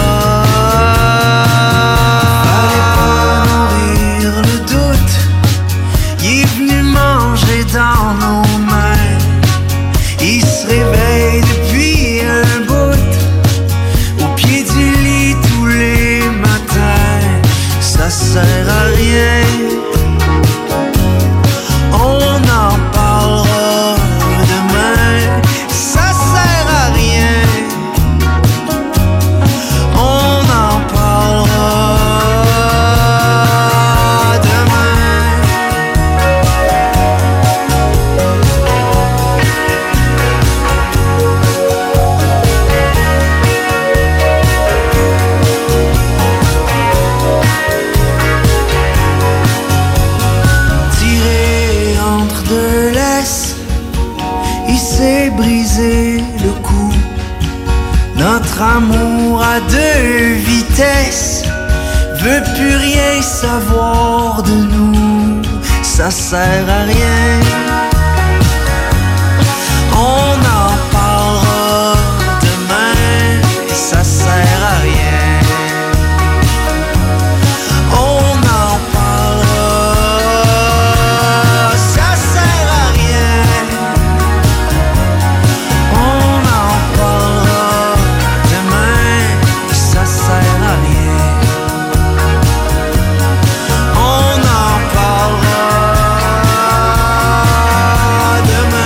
Fallait pas nourrir le doute, il est venu manger dans nos mains. Il se réveille depuis un bout, au pied du lit tous les matins. Ça sert à rien, on en parlera demain. Ça sert à rien, on en parlera demain. Tiré entre deux laisses, il s'est brisé le cou. Notre amour à deux vitesses veut plus rien savoir de nous. Ça sert à rien, on en parlera demain. Ça sert à rien, on en parlera. Ça sert à rien, on en parlera demain. Ça sert à rien, on en parlera demain.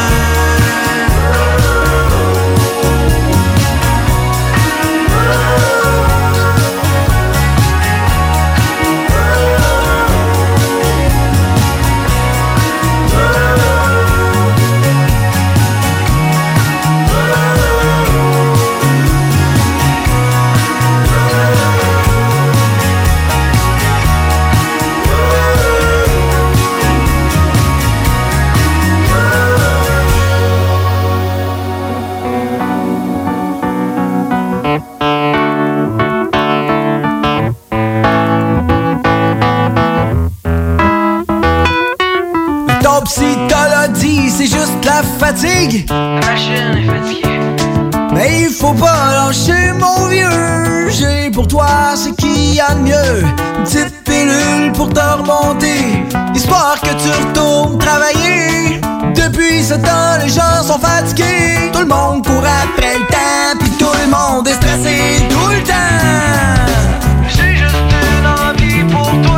Ton psy dit, c'est juste la fatigue. La machine est fatiguée. Mais il faut pas lâcher, mon vieux. J'ai pour toi ce qu'il y a de mieux. Une petite pilule pour te remonter, histoire que tu retournes travailler. Depuis ce temps, les gens sont fatigués. Tout le monde court après le temps, puis tout le monde est stressé tout le temps. J'ai juste une envie pour toi.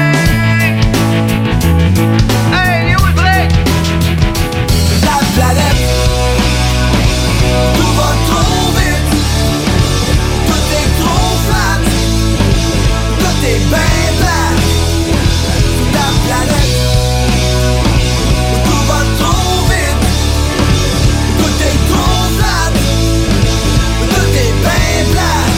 Hey, il est où le break? La planète, tout va trop vite. Tout est trop flat, tout est ben plat. La planète, tout va trop vite. Tout est trop flat, tout est ben plat.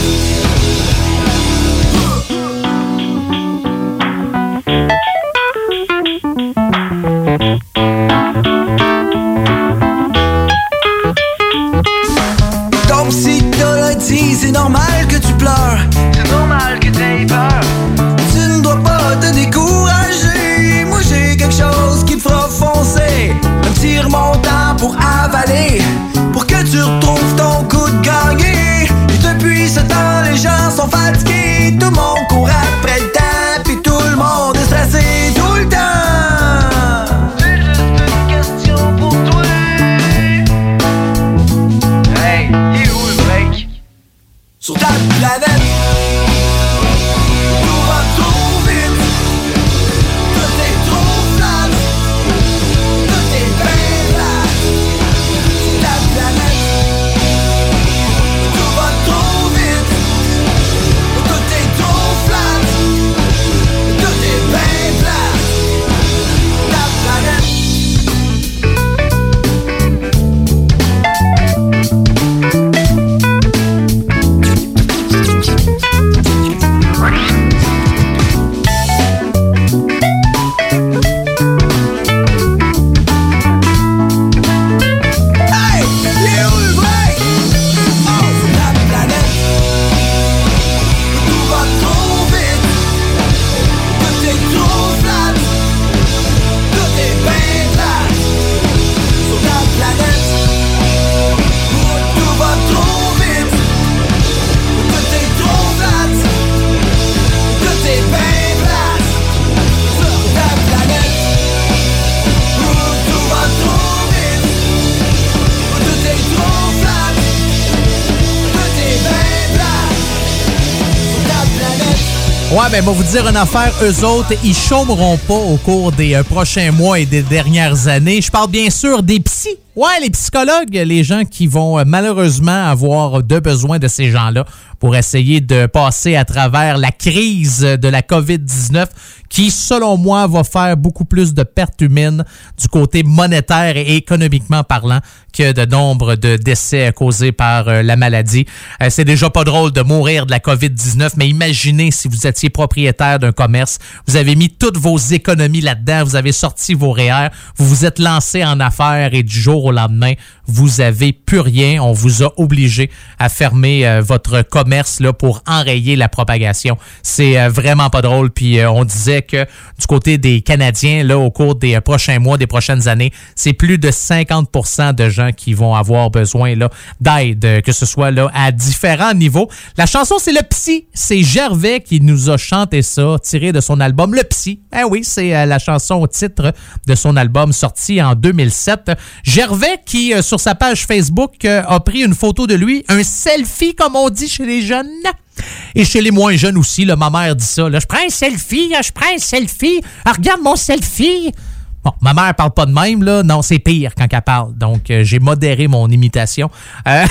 Ouais, ben, moi vous dire une affaire, eux autres, ils chômeront pas au cours des euh, prochains mois et des dernières années. Je parle bien sûr des psys. Ouais, les psychologues, les gens qui vont euh, malheureusement avoir de besoin de ces gens-là pour essayer de passer à travers la crise de la covid dix-neuf qui, selon moi, va faire beaucoup plus de pertes humaines du côté monétaire et économiquement parlant que de nombre de décès causés par euh, la maladie. Euh, c'est déjà pas drôle de mourir de la covid dix-neuf, mais imaginez si vous étiez propriétaire d'un commerce, vous avez mis toutes vos économies là-dedans, vous avez sorti vos R E E R, vous vous êtes lancé en affaires et du jour au lendemain, vous avez plus rien. On vous a obligé à fermer euh, votre commerce là, pour enrayer la propagation. C'est euh, vraiment pas drôle. Puis euh, on disait que du côté des Canadiens, là, au cours des euh, prochains mois, des prochaines années, c'est plus de cinquante pour cent de gens qui vont avoir besoin là, d'aide, euh, que ce soit là, à différents niveaux. La chanson, c'est Le Psy. C'est Gervais qui nous a chanté ça, tiré de son album Le Psy. Eh oui, c'est euh, la chanson au titre de son album sorti en deux mille sept. Gervais qui, euh, sur sa page Facebook, euh, a pris une photo de lui, un selfie, comme on dit chez les jeunes. Et chez les moins jeunes aussi, là, ma mère dit ça. Là, je prends un selfie, là, je prends un selfie. Ah, regarde mon selfie. Bon, ma mère parle pas de même, là. Non, c'est pire quand elle parle. Donc, euh, j'ai modéré mon imitation. Euh,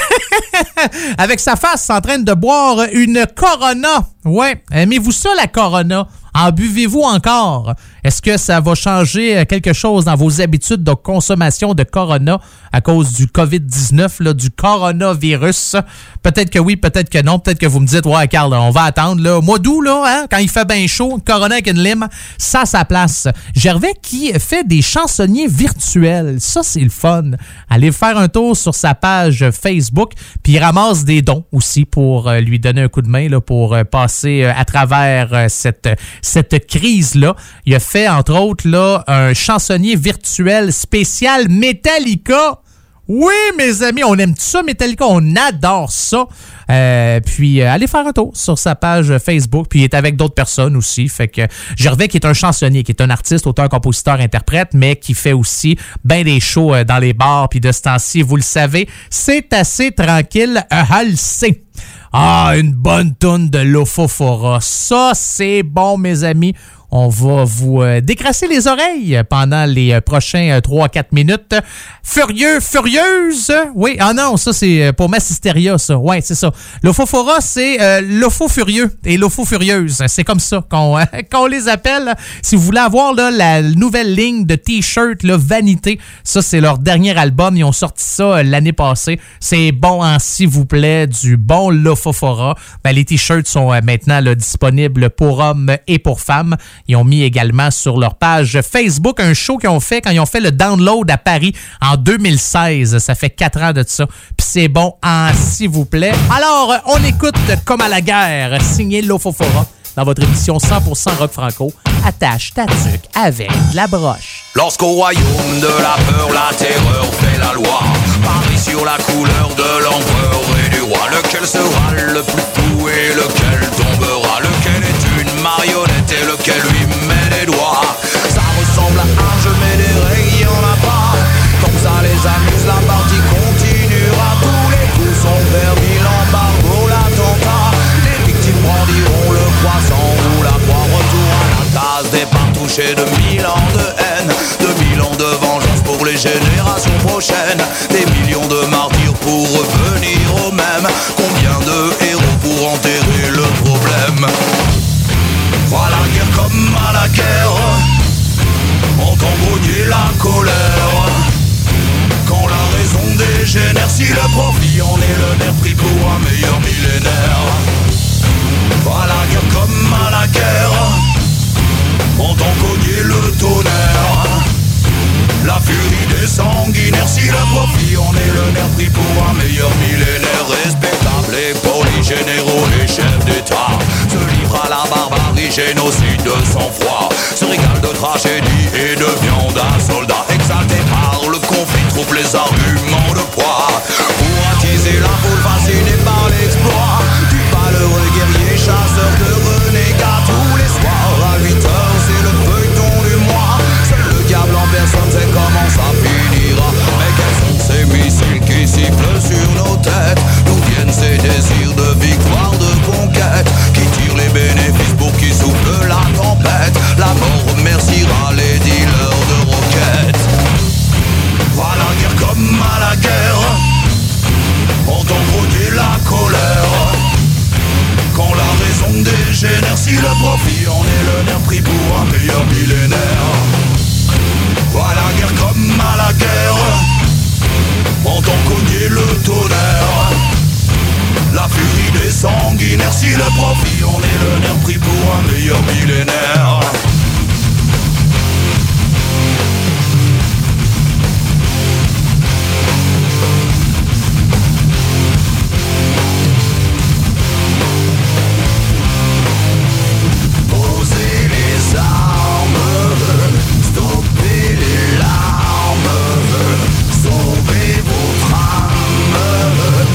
avec sa face en train de boire une Corona. Ouais, aimez-vous ça, la Corona? En buvez-vous encore? Est-ce que ça va changer quelque chose dans vos habitudes de consommation de Corona à cause du covid dix-neuf, là, du coronavirus? Peut-être que oui, peut-être que non. Peut-être que vous me dites, ouais, Carl, on va attendre. Là, au mois d'août, là, hein, quand il fait bien chaud, Corona avec une lime, ça a sa place. Gervais qui fait des chansonniers virtuels. Ça, c'est le fun. Allez faire un tour sur sa page Facebook, puis il ramasse des dons aussi pour euh, lui donner un coup de main là, pour euh, passer euh, à travers euh, cette, cette crise-là. Il a fait, entre autres, là, un chansonnier virtuel spécial Metallica. Oui, mes amis, on aime ça, Metallica, on adore ça. Euh, puis, euh, allez faire un tour sur sa page Facebook. Puis, il est avec d'autres personnes aussi. Fait que Gervais, qui est un chansonnier, qui est un artiste, auteur, compositeur, interprète, mais qui fait aussi ben des shows euh, dans les bars. Puis, de ce temps-ci, vous le savez, c'est assez tranquille. Euh, le sait. Ah, une bonne toune de Lofofora. Ça, c'est bon, mes amis. On va vous euh, décrasser les oreilles pendant les euh, prochains euh, trois à quatre minutes. Furieux, furieuse. Oui, ah non, ça c'est pour Massisteria, ça. Ouais, c'est ça. Lofofora, c'est euh, Lofo furieux et Lofo furieuse. C'est comme ça qu'on, euh, qu'on les appelle. Si vous voulez avoir là, la nouvelle ligne de t-shirts, là, Vanité, ça c'est leur dernier album. Ils ont sorti ça euh, l'année passée. C'est bon en s'il vous plaît, du bon Lofofora. Ben, les t-shirts sont euh, maintenant là, disponibles pour hommes et pour femmes. Ils ont mis également sur leur page Facebook un show qu'ils ont fait quand ils ont fait le download à Paris en deux mille seize. Ça fait quatre ans de ça. Puis c'est bon en s'il vous plaît. Alors, on écoute Comme à la guerre, signé Lofofora, dans votre émission cent pour cent rock franco. Attache ta tuque avec la broche. Lorsqu'au royaume de la peur, la terreur fait la loi, parie sur la couleur de l'empereur et du roi. Lequel sera le plus fou et lequel tombera? Lequel est une marionnette et lequel lui met les doigts? Ça ressemble à un jeu mais des règles y'en a pas. Comme ça les amuse, la partie continuera. Tous les coups sont permis, l'embargo, l'attentat. Les victimes brandiront le croissant ou la croix. Retour à la case départ touché de mille ans de haine, de mille ans de vengeance pour les générations prochaines. Des millions de martyrs pour revenir au même. Combien de héros pour enterrer le problème? Voilà la guerre comme à la guerre, entend grogner la colère. Quand la raison dégénère, si le profit en est le nerf pris pour un meilleur millénaire. Voilà la guerre comme à la guerre, entend cogner le tonnerre. La furie des sanguinaires, si le profit en est le nerf pris pour un meilleur millénaire. Respectable et pour les généraux, les chefs d'État se livrent à la barbarie, génocide de sang-froid, se régale de tragédie et de viande à soldats. Exalté par le conflit, trouve les arguments de poids pour attiser la foule fascinée par l'exploit du valeureux guerrier chasseur de renégats. Tous les soirs à huit heures, c'est le feuilleton du mois. Seul le diable en personne sait comment ça finira. Mais quels sont ces missiles qui sifflent sur nos têtes? D'où viennent ces désirs de victoire, de conquête, qui tirent les bénéfices pour qui génère, si le profit en est le nerf pris pour un meilleur millénaire. À la guerre comme à la guerre, entend cogner le tonnerre. La furie des sanguinaires, si le profit en est le nerf pris pour un meilleur millénaire. Posez les armes, stoppez les larmes, sauvez votre âme.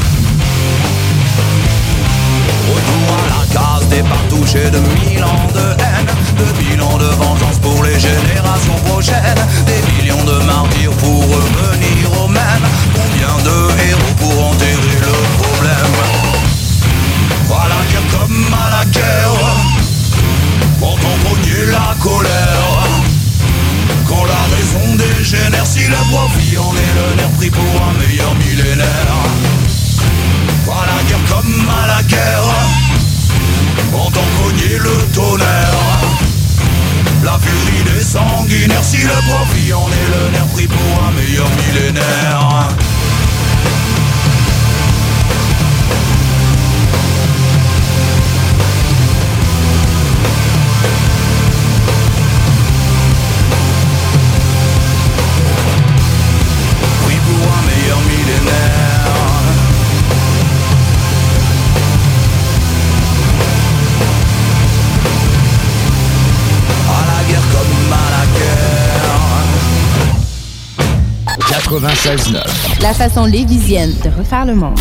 Retour à la case des partouches de mille ans de haine, de mille ans de vengeance pour les générations prochaines, des millions de martyrs pour revenir au même. Combien de héros pour enterrer le problème? À la guerre comme à la guerre, entend grogner la colère. Quand la raison dégénère, si le profit en est le nerf pris pour un meilleur millénaire. À la guerre comme à la guerre, entend cogner le tonnerre. La furie des sanguinaires, si le profit en est le nerf pris pour un meilleur millénaire. Pris pour un meilleur millénaire. quatre-vingt-seize neuf. La façon lévisienne de refaire le monde.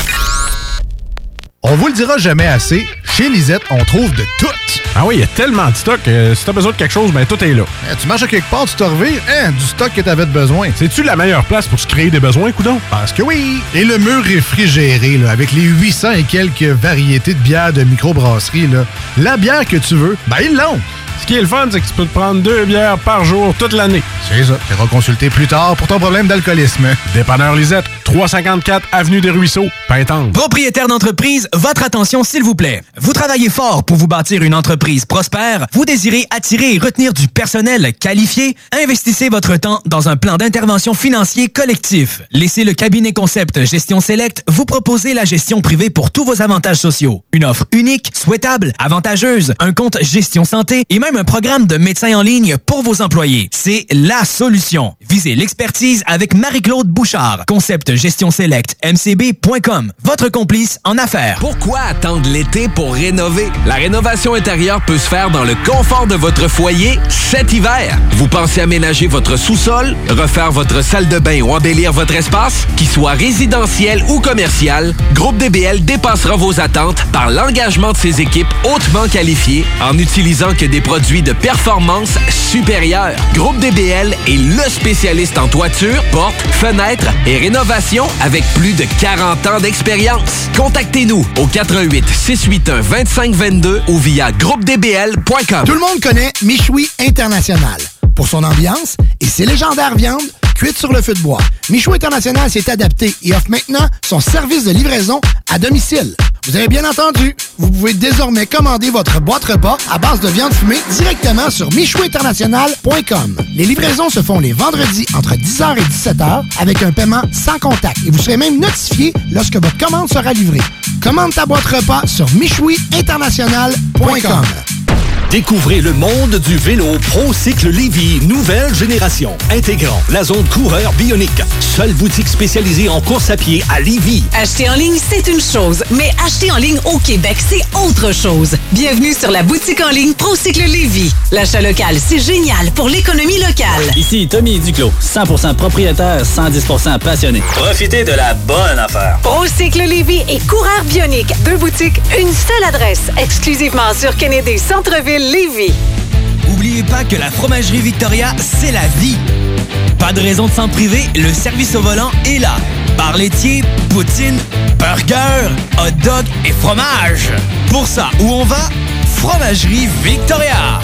On vous le dira jamais assez, chez Lisette, on trouve de tout. Ah oui, il y a tellement de stock. Euh, si t'as besoin de quelque chose, ben tout est là. Eh, tu marches à quelque part, tu te revires, hein, du stock que t'avais besoin. C'est-tu la meilleure place pour se créer des besoins, coudonc? Parce que oui! Et le mur réfrigéré, là, avec les huit cents et quelques variétés de bières de microbrasserie, là, la bière que tu veux, ben ils l'ont. Ce qui est le fun, c'est que tu peux te prendre deux bières par jour toute l'année. C'est ça. Tu iras consulter plus tard pour ton problème d'alcoolisme. Dépanneur Lisette, trois cent cinquante-quatre Avenue des Ruisseaux, Pintendre. Propriétaire d'entreprise, votre attention s'il vous plaît. Vous travaillez fort pour vous bâtir une entreprise prospère. Vous désirez attirer et retenir du personnel qualifié. Investissez votre temps dans un plan d'intervention financier collectif. Laissez le cabinet Concept Gestion Select vous proposer la gestion privée pour tous vos avantages sociaux. Une offre unique, souhaitable, avantageuse, un compte gestion santé et même un programme de médecin en ligne pour vos employés. C'est la solution. Visez l'expertise avec Marie-Claude Bouchard. Concept Gestion Select, m c b point com. Votre complice en affaires. Pourquoi attendre l'été pour rénover? La rénovation intérieure peut se faire dans le confort de votre foyer cet hiver. Vous pensez aménager votre sous-sol, refaire votre salle de bain ou embellir votre espace? Qu'il soit résidentiel ou commercial, Groupe D B L dépassera vos attentes par l'engagement de ses équipes hautement qualifiées en n'utilisant que des produits de performance supérieure. Groupe D B L est le spécialiste en toiture, portes, fenêtres et rénovation avec plus de quarante ans d'expérience. Contactez-nous au quatre un huit, six huit un, deux cinq deux deux ou via groupe d b l point com. Tout le monde connaît Michoui International pour son ambiance et ses légendaires viandes cuites sur le feu de bois. Michoui International s'est adapté et offre maintenant son service de livraison à domicile. Vous avez bien entendu, vous pouvez désormais commander votre boîte repas à base de viande fumée directement sur michoui international point com. Les livraisons se font les vendredis entre dix heures et dix-sept heures avec un paiement sans contact et vous serez même notifié lorsque votre commande sera livrée. Commande ta boîte repas sur michoui international point com. Découvrez le monde du vélo ProCycle Lévy, nouvelle génération, intégrant la zone coureur bionique. Seule boutique spécialisée en course à pied à Lévy. Acheter en ligne, c'est une chose, mais acheter en ligne au Québec, c'est autre chose. Bienvenue sur la boutique en ligne ProCycle Lévy. L'achat local, c'est génial pour l'économie locale. Ici Tommy Duclos, cent pour cent propriétaire, cent dix pour cent passionné. Profitez de la bonne affaire. ProCycle Lévy et coureur bionique. Deux boutiques, une seule adresse, exclusivement sur Kennedy Centre-Ville Lévy. N'oubliez pas que la fromagerie Victoria, c'est la vie. Pas de raison de s'en priver, le service au volant est là. Bar laitier, poutine, burger, hot dog et fromage. Pour ça, où on va? Fromagerie Victoria.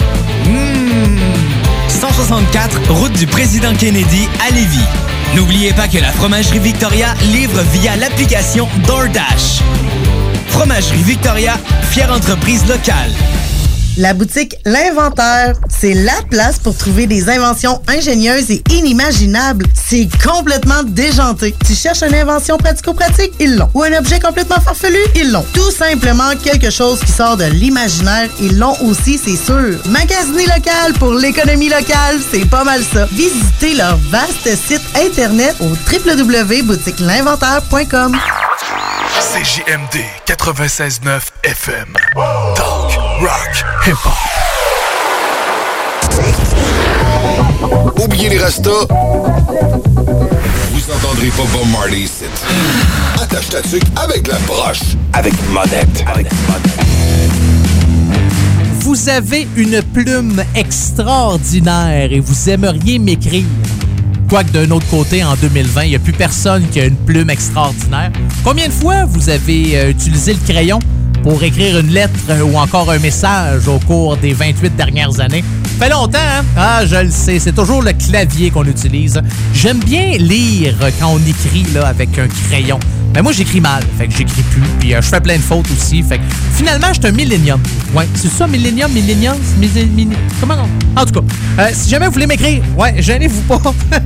Mmh. cent soixante-quatre, route du Président Kennedy à Lévis. N'oubliez pas que la fromagerie Victoria livre via l'application DoorDash. Fromagerie Victoria, fière entreprise locale. La boutique L'Inventaire, c'est la place pour trouver des inventions ingénieuses et inimaginables. C'est complètement déjanté. Tu cherches une invention pratico-pratique? Ils l'ont. Ou un objet complètement farfelu? Ils l'ont. Tout simplement quelque chose qui sort de l'imaginaire? Ils l'ont aussi, c'est sûr. Magasiner local pour l'économie locale, c'est pas mal ça. Visitez leur vaste site internet au w w w point boutique l'inventaire point com. C J M D quatre-vingt-seize neuf F M. Talk, rock, hip-hop. Oubliez les rastas. Vous entendrez pas Bob Marley ici. Attache ta tuque avec la broche. Avec Monette. Avec Monette. Vous avez une plume extraordinaire et vous aimeriez m'écrire. Quoique d'un autre côté, en deux mille vingt, il n'y a plus personne qui a une plume extraordinaire. Combien de fois vous avez euh, utilisé le crayon pour écrire une lettre euh, ou encore un message au cours des vingt-huit dernières années? Ça fait longtemps, hein? Ah, je le sais, c'est toujours le clavier qu'on utilise. J'aime bien lire quand on écrit là, avec un crayon. Mais moi, j'écris mal, fait que j'écris plus. Puis euh, je fais plein de fautes aussi. Fait que finalement, je suis un millénium. Ouais, c'est ça, millénium, millénium, millénium. Comment on... En tout cas, euh, si jamais vous voulez m'écrire, ouais, gênez-vous pas.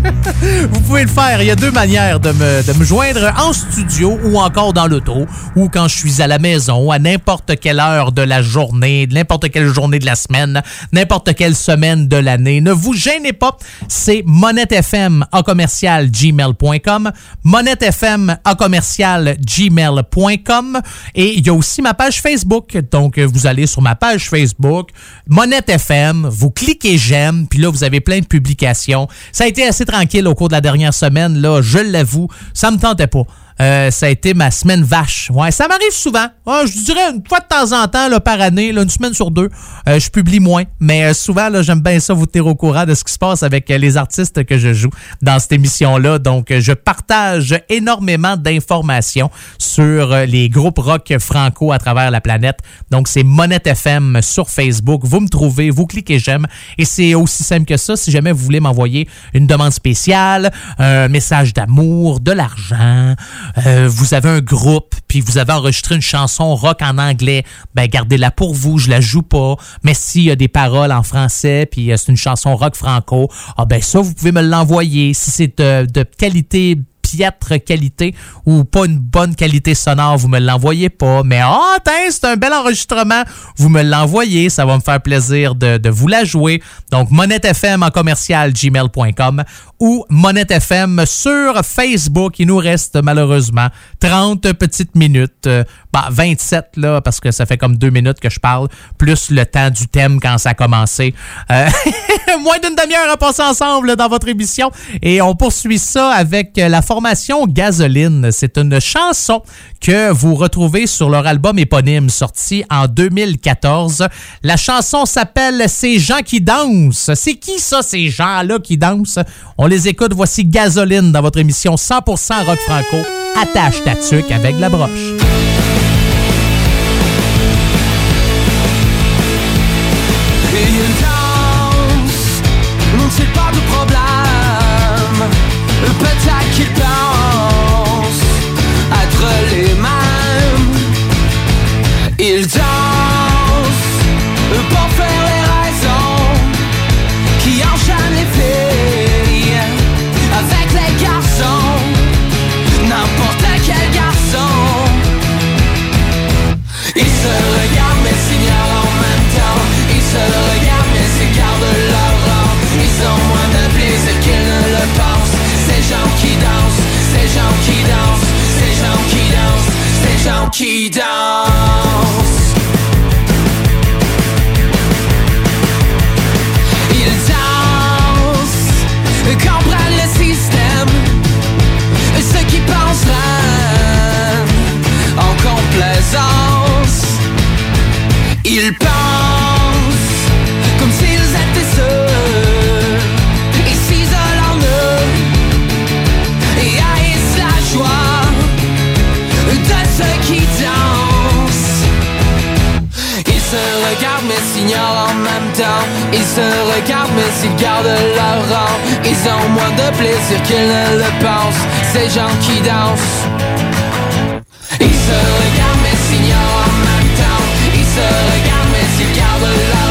Vous pouvez le faire. Il y a deux manières de me, de me joindre en studio ou encore dans l'auto ou quand je suis à la maison, à n'importe quelle heure de la journée, n'importe quelle journée de la semaine, n'importe quelle semaine de l'année. Ne vous gênez pas. C'est monettefm à commercial gmail point com. monettefm à commercial gmail point com et il y a aussi ma page Facebook. Donc, vous allez sur ma page Facebook, Monette F M, vous cliquez j'aime, puis là, vous avez plein de publications. Ça a été assez tranquille au cours de la dernière semaine, là, je l'avoue, ça me tentait pas. Euh, ça a été ma semaine vache. Ouais, ça m'arrive souvent. Oh, je dirais une fois de temps en temps, là, par année, là, une semaine sur deux. Euh, je publie moins. Mais euh, souvent, là, j'aime bien ça vous tenir au courant de ce qui se passe avec euh, les artistes que je joue dans cette émission-là. Donc, euh, je partage énormément d'informations sur euh, les groupes rock franco à travers la planète. Donc, c'est Monette F M sur Facebook. Vous me trouvez, vous cliquez j'aime. Et c'est aussi simple que ça. Si jamais vous voulez m'envoyer une demande spéciale, un message d'amour, de l'argent... Euh, vous avez un groupe, puis vous avez enregistré une chanson rock en anglais, ben gardez-la pour vous, je la joue pas. Mais s'il y a des paroles en français, puis euh, c'est une chanson rock franco, ah ben ça, vous pouvez me l'envoyer. Si c'est de, de qualité... piètre qualité ou pas une bonne qualité sonore, vous me l'envoyez pas. Mais ah, oh, c'est un bel enregistrement, vous me l'envoyez, ça va me faire plaisir de, de vous la jouer. Donc, monettefm en commercial gmail point com ou Monette F M sur Facebook. Il nous reste malheureusement trente petites minutes, euh, bah, vingt-sept là, parce que ça fait comme deux minutes que je parle, plus le temps du thème quand ça a commencé. Euh, moins d'une demi-heure à passer ensemble là, dans votre émission et on poursuit ça avec la formation Gasoline. C'est une chanson que vous retrouvez sur leur album éponyme sorti en deux mille quatorze. La chanson s'appelle « Ces gens qui dansent ». C'est qui ça, ces gens-là qui dansent? On les écoute. Voici Gasoline dans votre émission cent pour cent rock franco. Attache ta tuque avec la broche. C'est pas de problème, peut-être qu'ils pensent être les mêmes. Ils dansent pour faire les raisons qui enchaînent les filles avec les garçons, n'importe quel garçon. Ils se regardent mais s'ignorent en même temps. Ils se regardent mais s'égardent leur rang. Ils ont moins de plaisir qu'ils ne le pensent. Ces gens qui dansent, ces gens qui dansent, ces gens qui dansent, ces gens qui dansent. Ils dansent, comprennent le système, ceux qui pensent en complaisance. Ils pensent comme s'ils étaient seuls, ils s'isolent en eux et haïssent la joie de ceux qui dansent. Ils se regardent mais s'ignorent en même temps. Ils se regardent mais s'ils gardent leur rang. Ils ont moins de plaisir qu'ils ne le pensent. Ces gens qui dansent. Ils se regardent mais s'ignorent en même temps. Ils se regardent mais s'ils gardent leur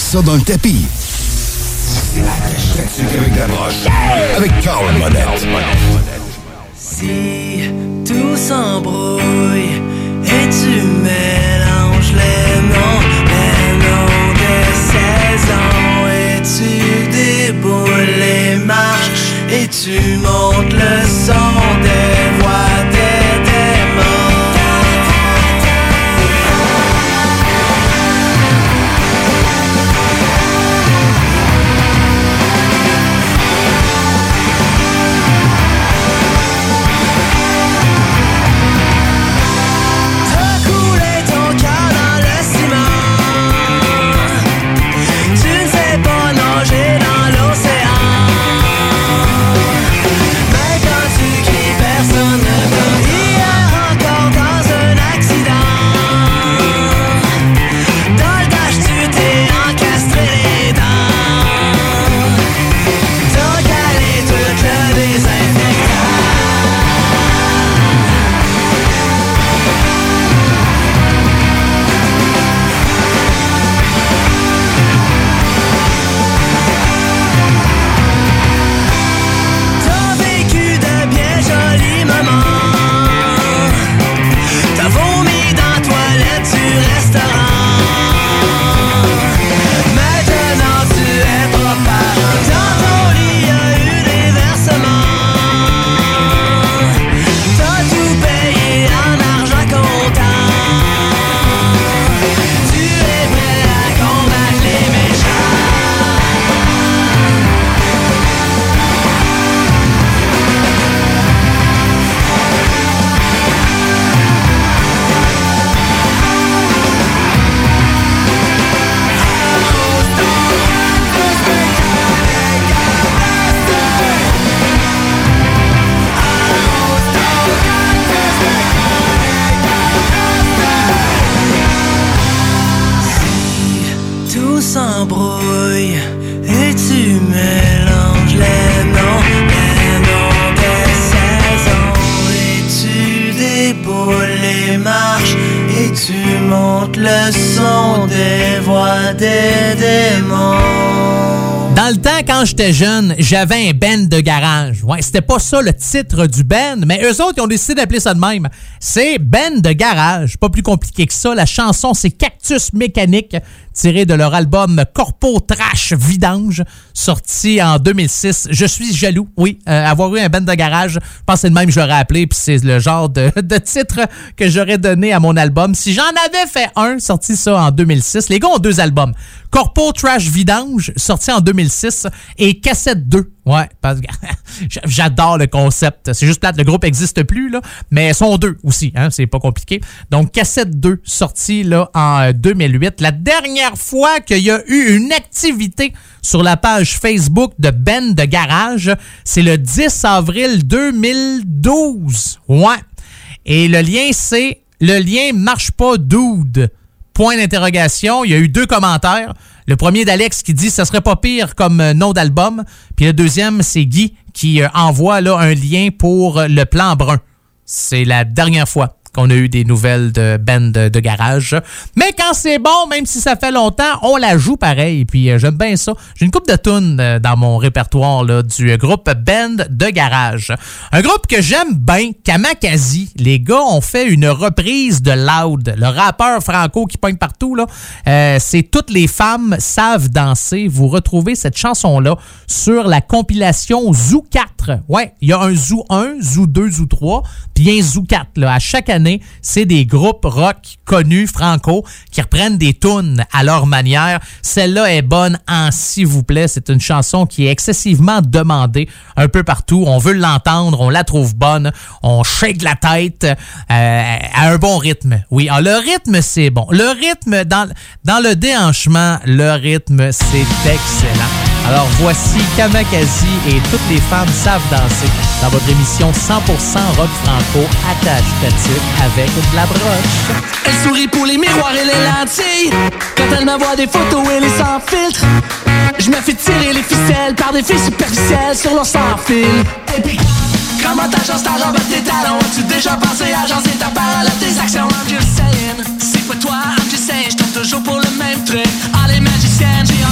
ça dans le tapis. C'est la avec la broche. Avec Carl Monette. Si tout s'embrouille et tu mélanges les noms, les noms des saisons, et tu déboules les marches et tu montes le son des voix des démons. Le son des voix des démons. Dans le temps, quand j'étais jeune, j'avais un band de garage. Ouais, c'était pas ça le titre du band, mais eux autres, ils ont décidé d'appeler ça de même. C'est band de garage. Pas plus compliqué que ça. La chanson, c'est Cactus Mécanique, tiré de leur album Corpo Trash Vidange, sorti en deux mille six. Je suis jaloux, oui, euh, avoir eu un band de garage. Je pense que c'est le même que je l'aurais appelé, puis c'est le genre de, de titre que j'aurais donné à mon album. Si j'en avais fait un, sorti ça en deux mille six. Les gars ont deux albums. Corpo Trash Vidange, sorti en deux mille six, et Cassette deux. Ouais, parce que j'adore le concept. C'est juste plate, le groupe n'existe plus, là, mais ils sont deux aussi, hein, c'est pas compliqué. Donc, Cassette deux, sorti là, en deux mille huit. La dernière fois qu'il y a eu une activité sur la page Facebook de Ben de Garage, c'est le dix avril deux mille douze. Ouais. Et le lien, c'est « Le lien marche pas, dude ». Point d'interrogation. Il y a eu deux commentaires. Le premier d'Alex qui dit « Ça serait pas pire comme nom d'album ». Puis le deuxième, c'est Guy qui euh, envoie là un lien pour le plan brun. C'est la dernière fois qu'on a eu des nouvelles de band de, de garage. Mais quand c'est bon, même si ça fait longtemps, on la joue pareil. Puis euh, j'aime bien ça. J'ai une couple de tunes euh, dans mon répertoire là, du groupe Band de garage. Un groupe que j'aime bien, Kamakazi. Les gars ont fait une reprise de Loud, le rappeur franco qui pointe partout. Là. Euh, c'est Toutes les femmes savent danser. Vous retrouvez cette chanson-là sur la compilation Zoo quatre. Ouais, il y a un Zoo un, Zoo deux, Zoo trois, puis un Zoo quatre. Là. À chaque année, c'est des groupes rock connus, franco, qui reprennent des tunes à leur manière. Celle-là est bonne en s'il vous plaît. C'est une chanson qui est excessivement demandée un peu partout. On veut l'entendre, on la trouve bonne, on shake la tête euh, à un bon rythme. Oui, alors, le rythme, c'est bon. Le rythme, dans, dans le déhanchement, le rythme, c'est excellent. Alors, voici Kamakazi et Toutes les femmes savent danser dans votre émission cent pour cent rock franco, attache-tatique avec de la broche. Elle sourit pour les miroirs et les lentilles. Quand elle m'envoie des photos, elle est sans filtre. Je me fais tirer les ficelles par des filles superficielles sur leur sans-fil. Et puis, comment t'agences ta robe à tes talons? As-tu déjà pensé à agencer ta parole à tes actions? I'm just saying, c'est pas toi, I'm just saying. J'tombe toujours pour le même truc. Ah, les magiciennes, j'ai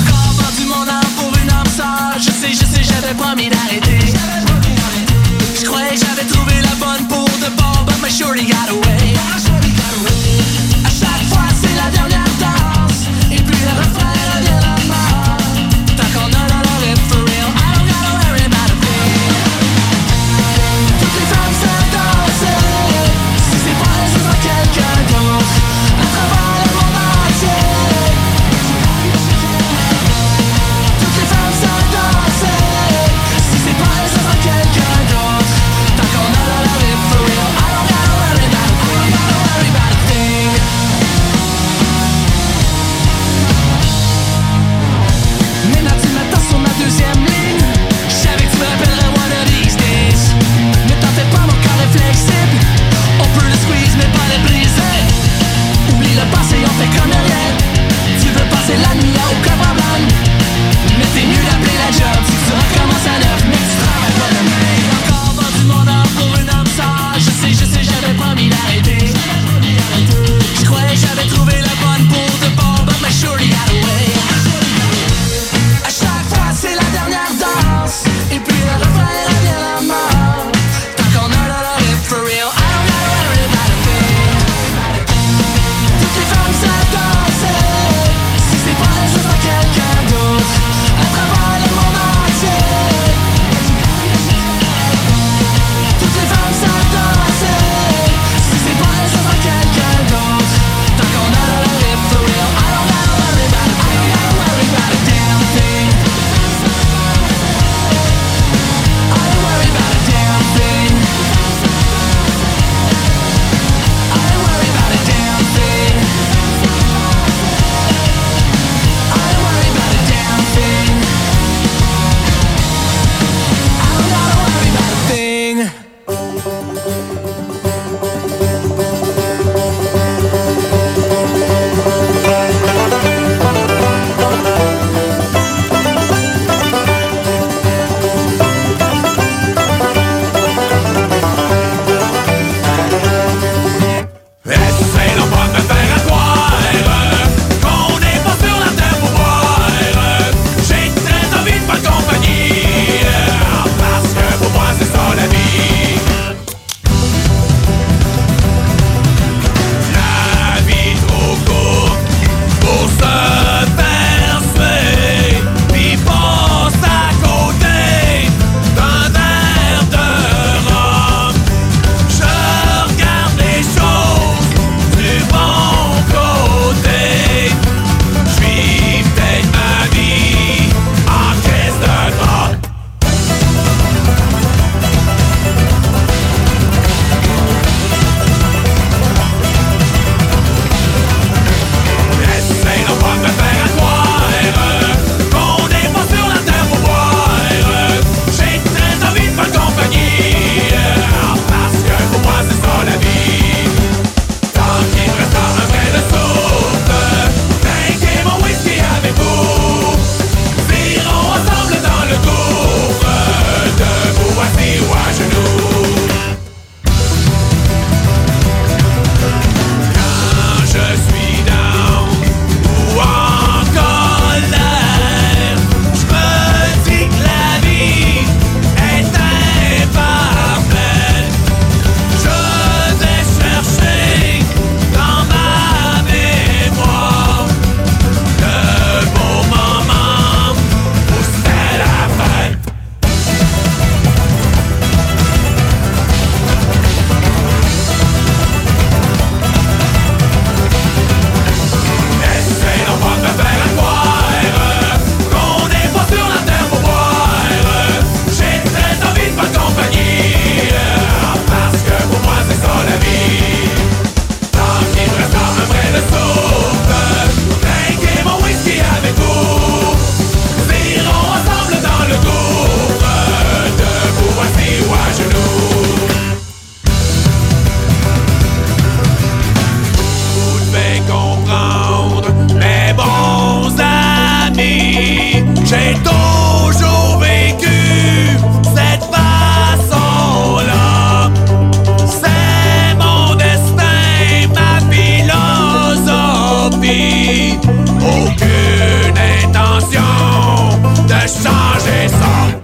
changer ça.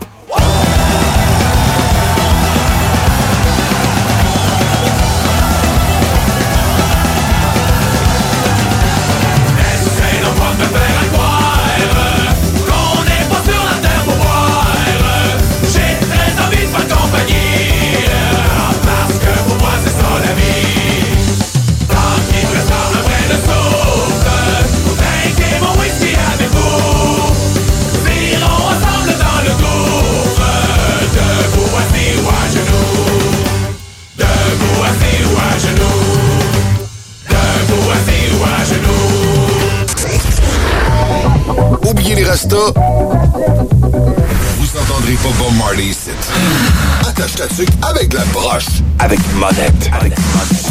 Oubliez les restos. Vous entendrez pas Bob Marley ici. Attache ta tuque avec la broche. Avec une monette. Avec une monette.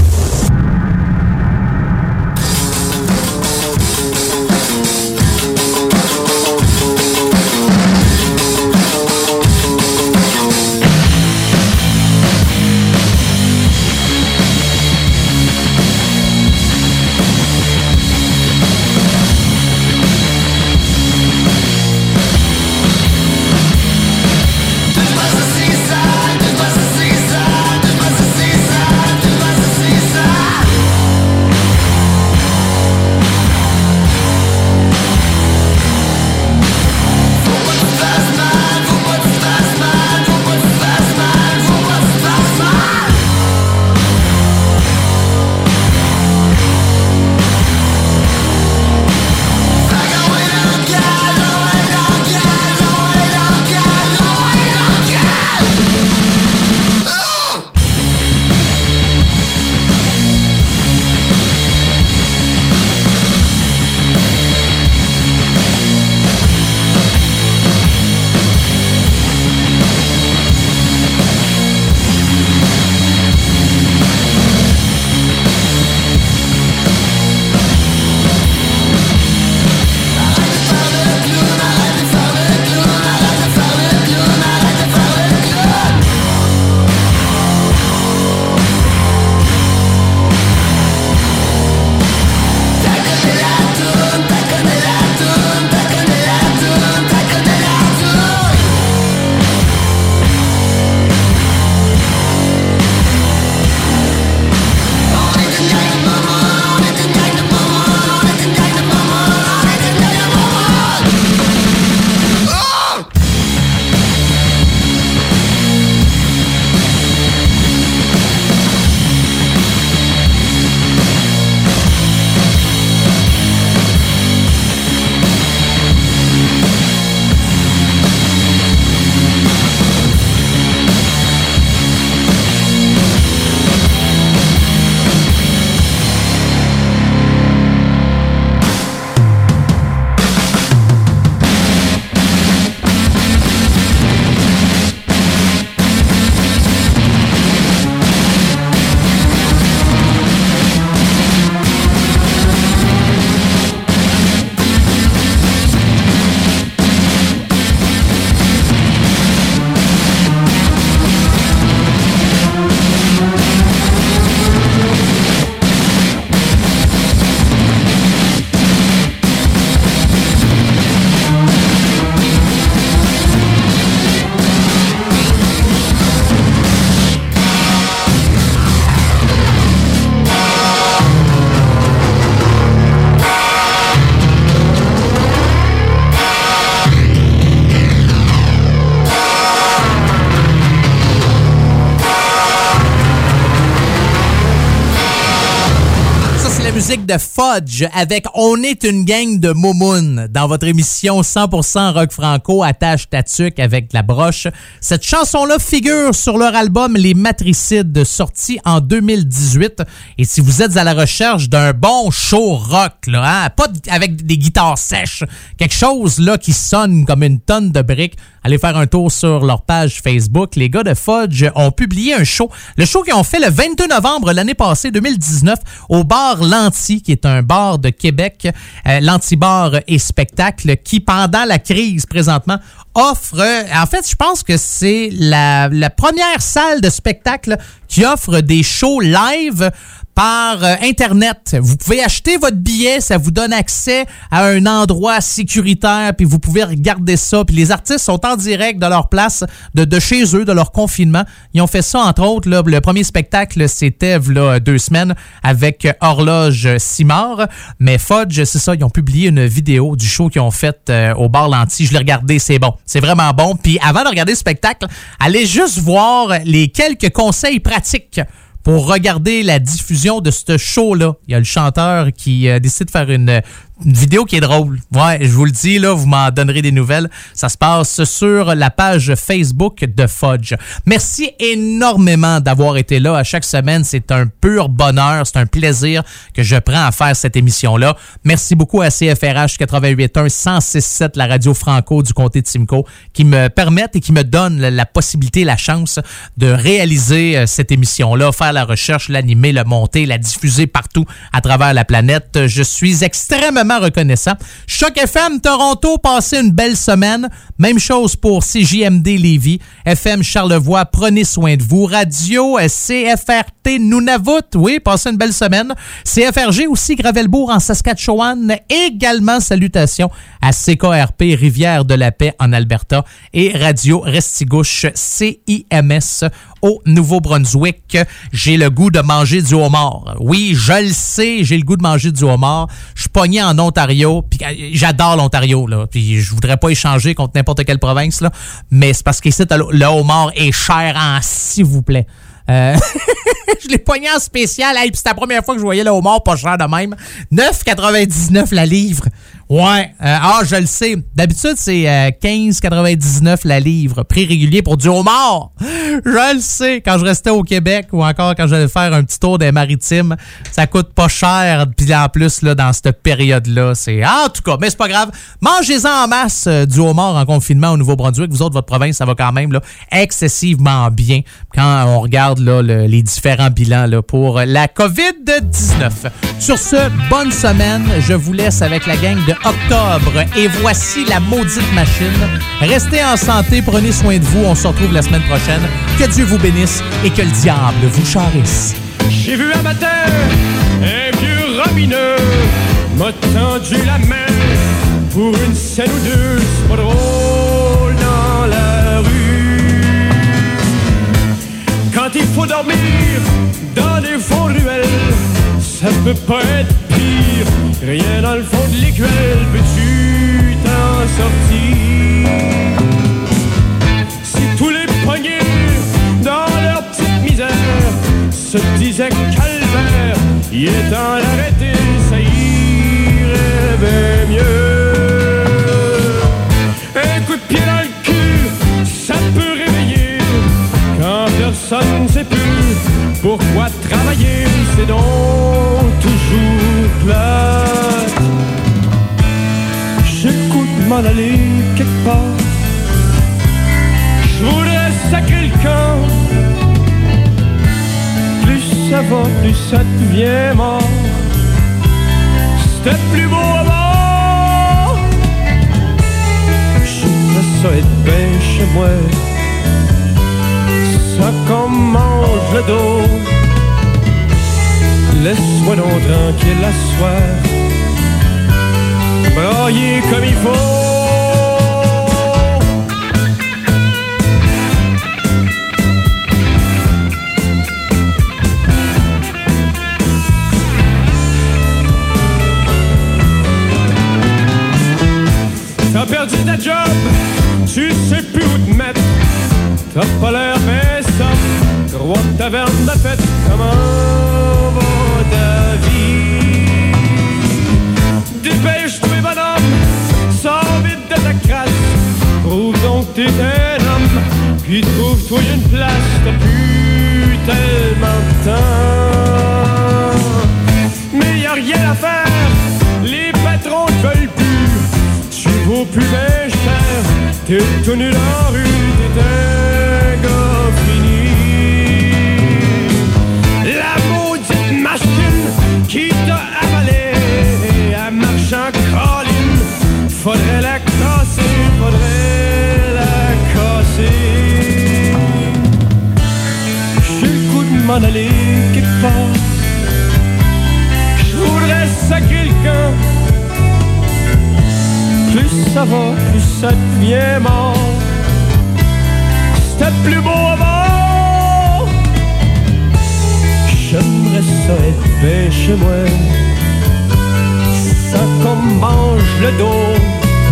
De Fudge avec On est une gang de moumoune dans votre émission cent pour cent rock franco attache ta tuque avec la broche. Cette chanson-là figure sur leur album Les Matricides sorti en deux mille dix-huit. Et si vous êtes à la recherche d'un bon show rock, là, hein, pas avec des guitares sèches, quelque chose là qui sonne comme une tonne de briques, allez faire un tour sur leur page Facebook. Les gars de Fudge ont publié un show. Le show qu'ils ont fait le vingt-deux novembre l'année passée, deux mille dix-neuf, au bar L'Anti, qui est un bar de Québec, euh, l'Anti-bar et spectacle, qui, pendant la crise présentement, offre... En fait, je pense que c'est la, la première salle de spectacle qui offre des shows live par euh, Internet. Vous pouvez acheter votre billet, ça vous donne accès à un endroit sécuritaire, puis vous pouvez regarder ça. Puis les artistes sont en direct de leur place, de, de chez eux, de leur confinement. Ils ont fait ça, entre autres, là, le premier spectacle, c'était là, deux semaines avec Horloge Simard. Mais Fudge, c'est ça, ils ont publié une vidéo du show qu'ils ont fait euh, au bar Lanty. Je l'ai regardé, c'est bon. C'est vraiment bon. Puis avant de regarder le spectacle, allez juste voir les quelques conseils pratiques pour regarder la diffusion de ce show-là. Il y a le chanteur qui euh, décide de faire une, une vidéo qui est drôle. Ouais, je vous le dis, là, vous m'en donnerez des nouvelles. Ça se passe sur la page Facebook de Fudge. Merci énormément d'avoir été là à chaque semaine. C'est un pur bonheur, c'est un plaisir que je prends à faire cette émission-là. Merci beaucoup à C F R H quatre-vingt-huit un cent six sept, la radio franco du comté de Simcoe, qui me permettent et qui me donnent la, la possibilité, la chance de réaliser euh, cette émission-là, faire la recherche, l'animer, le monter, la diffuser partout à travers la planète. Je suis extrêmement reconnaissant. Choc F M Toronto, passez une belle semaine. Même chose pour C J M D Lévis, F M Charlevoix, prenez soin de vous. Radio C F R T Nunavut, oui, passez une belle semaine. C F R G aussi, Gravelbourg en Saskatchewan. Également, salutations à C K R P Rivière de la Paix en Alberta et Radio Restigouche C I M S au Nouveau-Brunswick. J'ai le goût de manger du homard. Oui, je le sais, j'ai le goût de manger du homard. Je suis pogné en Ontario, puis j'adore l'Ontario, là. Puis je voudrais pas échanger contre n'importe quelle province, là. Mais c'est parce qu'ici, le homard est cher en s'il vous plaît. Euh, je l'ai pogné en spécial. Hey, puis c'est la première fois que je voyais le homard pas cher de même. neuf quatre-vingt-dix-neuf la livre. Ouais. Euh, ah, je le sais. D'habitude, c'est euh, quinze quatre-vingt-dix-neuf la livre. Prix régulier pour du homard. Je le sais. Quand je restais au Québec ou encore quand j'allais faire un petit tour des maritimes, ça coûte pas cher. Puis en plus, là, dans cette période-là, c'est... Ah, en tout cas, mais c'est pas grave. Mangez-en en masse euh, du homard en confinement au Nouveau-Brunswick. Vous autres, votre province, ça va quand même là, excessivement bien quand on regarde là, le, les différents bilans là, pour la covid dix-neuf. Sur ce, bonne semaine. Je vous laisse avec la gang de Octobre et voici la maudite machine. Restez en santé, prenez soin de vous. On se retrouve la semaine prochaine. Que Dieu vous bénisse et que le diable vous charisse. J'ai vu un matin un vieux robineux m'a tendu la main pour une scène ou deux. C'est pas drôle dans la rue. Quand il faut dormir dans les fonds de ruelles, ça peut pas être pire. Rien dans le fond de l'écuelle, peux-tu t'en sortir? Si tous les poignets dans leur petite misère se disaient calvaire, il est temps d'arrêter, ça irait bien mieux. Un coup de pied dans le cul, ça peut réveiller quand personne ne sait plus pourquoi travailler, c'est donc toujours plate. J'ai le goût de m'en aller quelque part. Je voudrais sacrer le camp. Plus ça va, plus ça devient mort. C'était plus beau avant. J'aimerais ça être bien chez moi. Ça qu'on mange le dos. Laisse-moi donc tranquille la soir, brailler comme il faut. T'as perdu ta job, tu sais plus où te mettre. T'as pas l'air bien ça, roi de taverne de fête. Comment va ta vie? Dépêche-toi bonhomme, sors vite de ta crasse. Prouve donc t'es un homme, puis trouve-toi une place. T'as plus tellement de temps. Mais y'a rien à faire, les patrons te veulent plus. Tu vaux plus bien cher, t'es tout nu dans la rue, t'es un gars fini. La maudite machine qui t'a avalé, elle marche en colline. Faudrait la casser, faudrait la casser. J'ai le goût de m'en aller quelque part. ça va, plus ça devient mort. C'était plus beau avant. J'aimerais ça être bien chez moi, ça qu'on me mange le dos.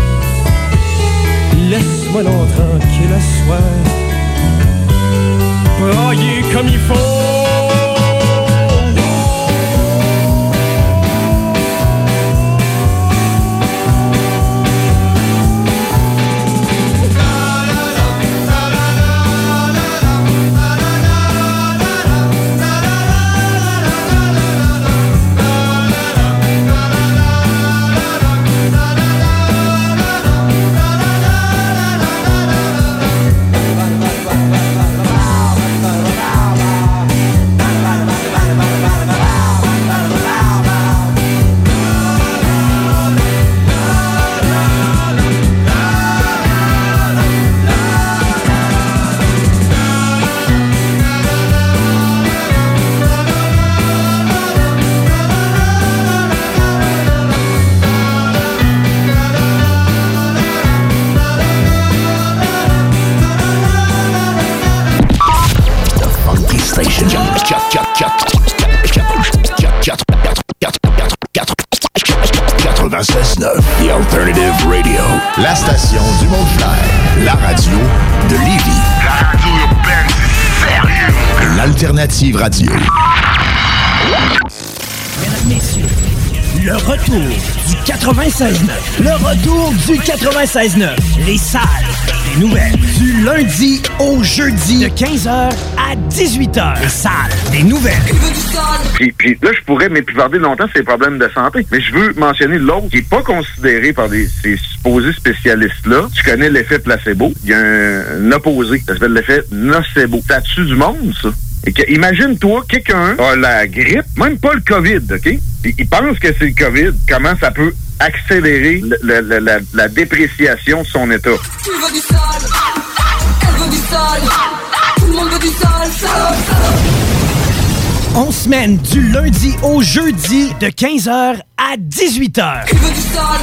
Laisse-moi donc tranquille à soir, brailler comme il faut. quatre-vingt-seize neuf, The Alternative Radio. La station du Mont-Clair. La radio de Lévis. La radio urbaine, c'est sérieux. L'Alternative Radio. Mesdames, messieurs, le retour du quatre-vingt-seize neuf. Le retour du quatre-vingt-seize neuf. Les salles des nouvelles. Du lundi au jeudi de quinze heures à dix-huit heures. Les salles des nouvelles. Puis, puis là, je pourrais m'épivarder longtemps sur les problèmes de santé. Mais je veux mentionner l'autre qui n'est pas considéré par des, ces supposés spécialistes-là. Tu connais l'effet placebo. Il y a un, un opposé. Ça s'appelle l'effet nocebo. Ça tue du monde, ça. Et que, imagine-toi, quelqu'un a la grippe, même pas le COVID, OK? Puis il pense que c'est le COVID. Comment ça peut accélérer le, le, le, la, la dépréciation de son état? Tu veux du sol, elle veut du sol, tout le monde veut du sol, sol, sol. On se mène du lundi au jeudi de quinze heures à dix-huit heures. Tu veux du sol?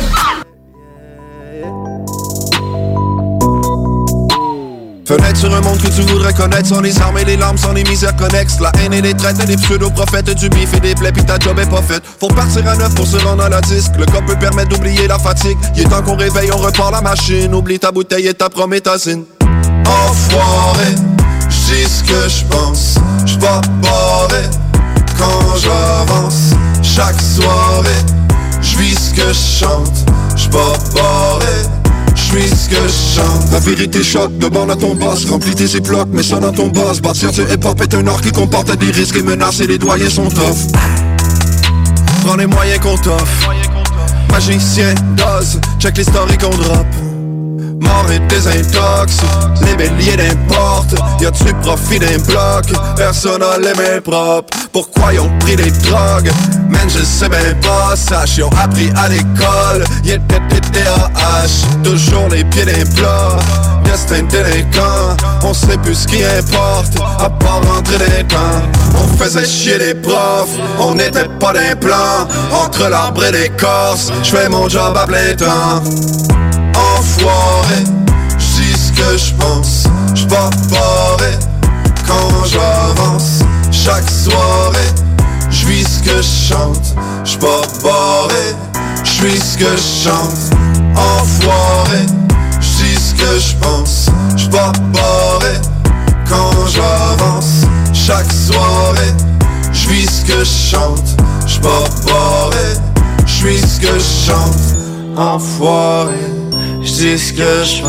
Fenêtre sur un monde que tu voudrais connaître, sans les armes et les larmes, sans les misères connexes. La haine et les traites et les pseudo-prophètes, du bif et des plaies, pis ta job est pas faite. Faut partir à neuf pour se rendre à la disque. Le corps peut permettre d'oublier la fatigue. Il est temps qu'on réveille, on repart la machine. Oublie ta bouteille et ta prométhazine. Enfoiré, j'dis ce que j'pense. J'pas barré quand j'avance. Chaque soirée, j'vis ce que j'chante. J'pas barré. J'suis ce que je chante. La vérité choque, demande à ton boss. Remplis tes ziplocs, mets ça dans ton boss. Bâtir du hip-hop est un art qui comporte des risques et menaces et les doyers sont tough. Prends les moyens qu'on t'offre. Magicien, dose, check les stories qu'on drop. Mort et désintox, les béliers d'importe. Y'a-tu profit d'un bloc? Personne n'a les mains propres. Pourquoi ils ont pris des drogues? Man, je sais ben pas, sache, ils ont appris à l'école. Y'a des T D A H, toujours les pieds d'un plat. Destin délinquant, on sait plus ce qui importe, à part rentrer dans les temps. On faisait chier les profs, on n'était pas d'un plan. Entre l'arbre et l'écorce, j'fais mon job à plein temps. Enfoiré, j'dis ce que j'pense. J'pas barré quand j'avance. Chaque soirée, j'vis ce que j'chante. J'pas barré, j'vis ce que j'chante. Enfoiré, j'dis ce que j'pense. J'pas barré quand j'avance. Chaque soirée, j'vis ce que j'chante. J'pas barré, j'vis ce que j'chante. Enfoiré, j'dis ce que j'pense.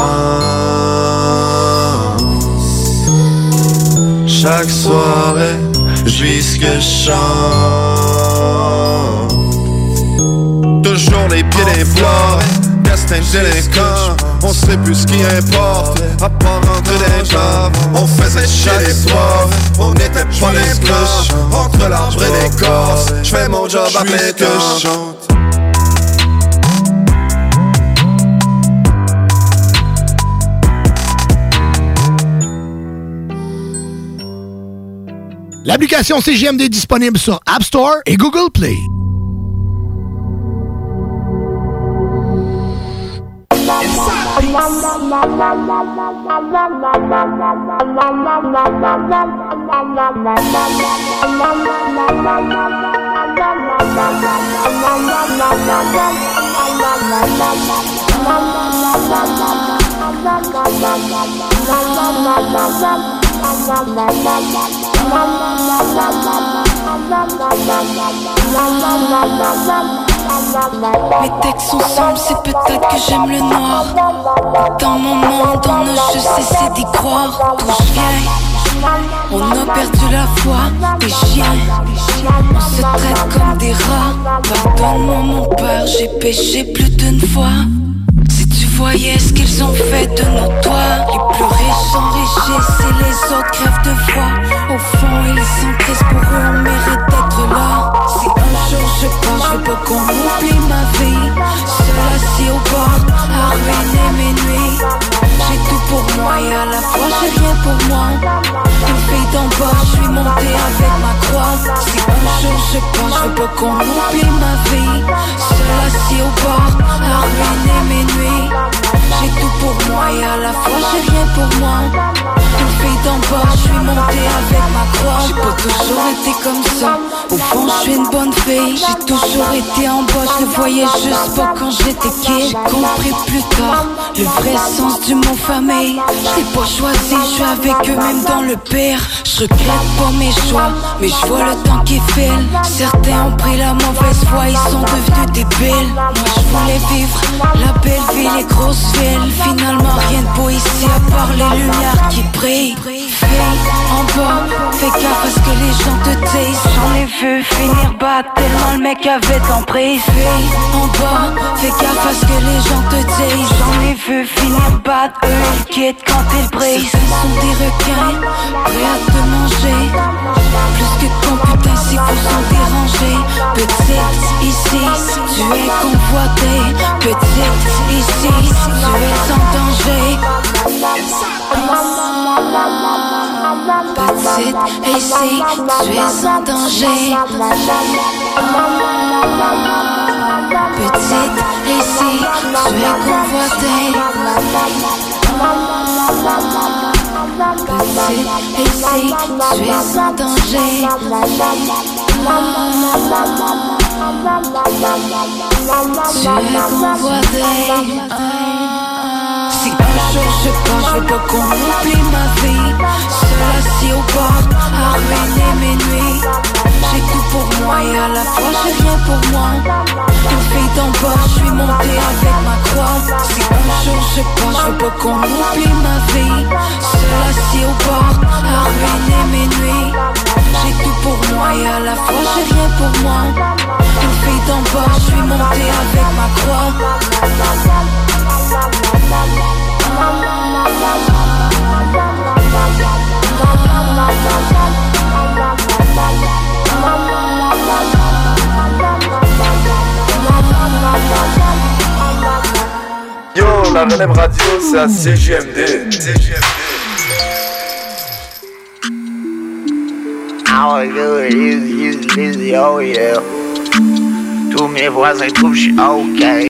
Chaque soirée, j'vis ce que j'chante. Toujours les pieds d'un plat, destin délinquant. On sait plus ce qui importe, à part rentrer dans les tables. On faisait chier les profs, on n'était pas les blancs. Entre l'arbre et l'écorce, j'fais mon job à plein temps. L'application C G M D est disponible sur App Store et Google Play. It's Mes textes sont sombres, c'est peut-être que j'aime le noir. Dans mon monde, on n'a juste cessé d'y croire. D'où je viens, on a perdu la foi. Des chiens, on se traite comme des rats. Pardonne-moi mon père, j'ai péché plus d'une fois. Si tu voyais ce qu'ils ont fait de nos toits, les plus riches s'enrichissent et les autres crèvent de froid. Au fond, ils sont tristes, pour eux on mérite d'être là. Si un jour je pars, je veux pas qu'on oublie ma vie. Seul assis au bord, à ruiner mes nuits. J'ai tout pour moi et à la fois j'ai rien pour moi. Une fille d'en bas, je suis montée avec ma croix. Si un jour je pars, je veux pas qu'on oublie ma vie. Seul assis au bord, à ruiner mes nuits. J'ai tout pour moi et à la fois j'ai rien pour moi. Une fille d'en bas, je suis montée avec ma croix. J'ai pas toujours été comme ça, au fond je suis une bonne fille. J'ai toujours été en bas, je le voyais juste pas quand j'étais kid. J'ai compris plus tard le vrai sens du mot famille. Je l'ai pas choisi, je suis avec eux même dans le pire. Je regrette pas mes choix, mais je vois le temps qui file. Certains ont pris la mauvaise voie, ils sont devenus débiles. Moi je voulais vivre la belle vie, les grosses villes. Finalement rien de beau ici à part les lumières qui brillent. Fille en bas, fais gaffe à ce que les gens te disent. J'en ai vu finir bas tellement le mec avait de l'emprise. Fille en bas, fais gaffe à ce que les gens te disent. J'en ai vu finir bas, eux ils quittent quand ils brisent. Certains sont des requins, prêts à te manger. Plus que ton putain si vous sont dérangés. Petite ici, tu es convoitée. Petite ici, tu es en danger. Petite ici, tu es en danger. Petite ici, tu es convoitée. Petite ici, tu es en danger. Tu es convoitée. Si un jour je pars, je veux pas qu'on oublie ma vie. Seul assis au bord, à ruiner mes nuits. J'ai tout pour moi et à la fois j'ai rien pour moi. Une fille d'en bas, je suis montée avec ma croix. Si un jour je pars, je veux pas qu'on oublie ma vie. Seul assis au bord, à ruiner mes nuits. J'ai tout pour moi et à la fois j'ai rien pour moi. Une fille d'en bas, je suis montée avec ma croix. Yo, la relève radio, c'est à C J M D. C J M D. Ah ouais, easy, easy, easy, oh yeah. Tous mes voisins trouvent que je suis ok.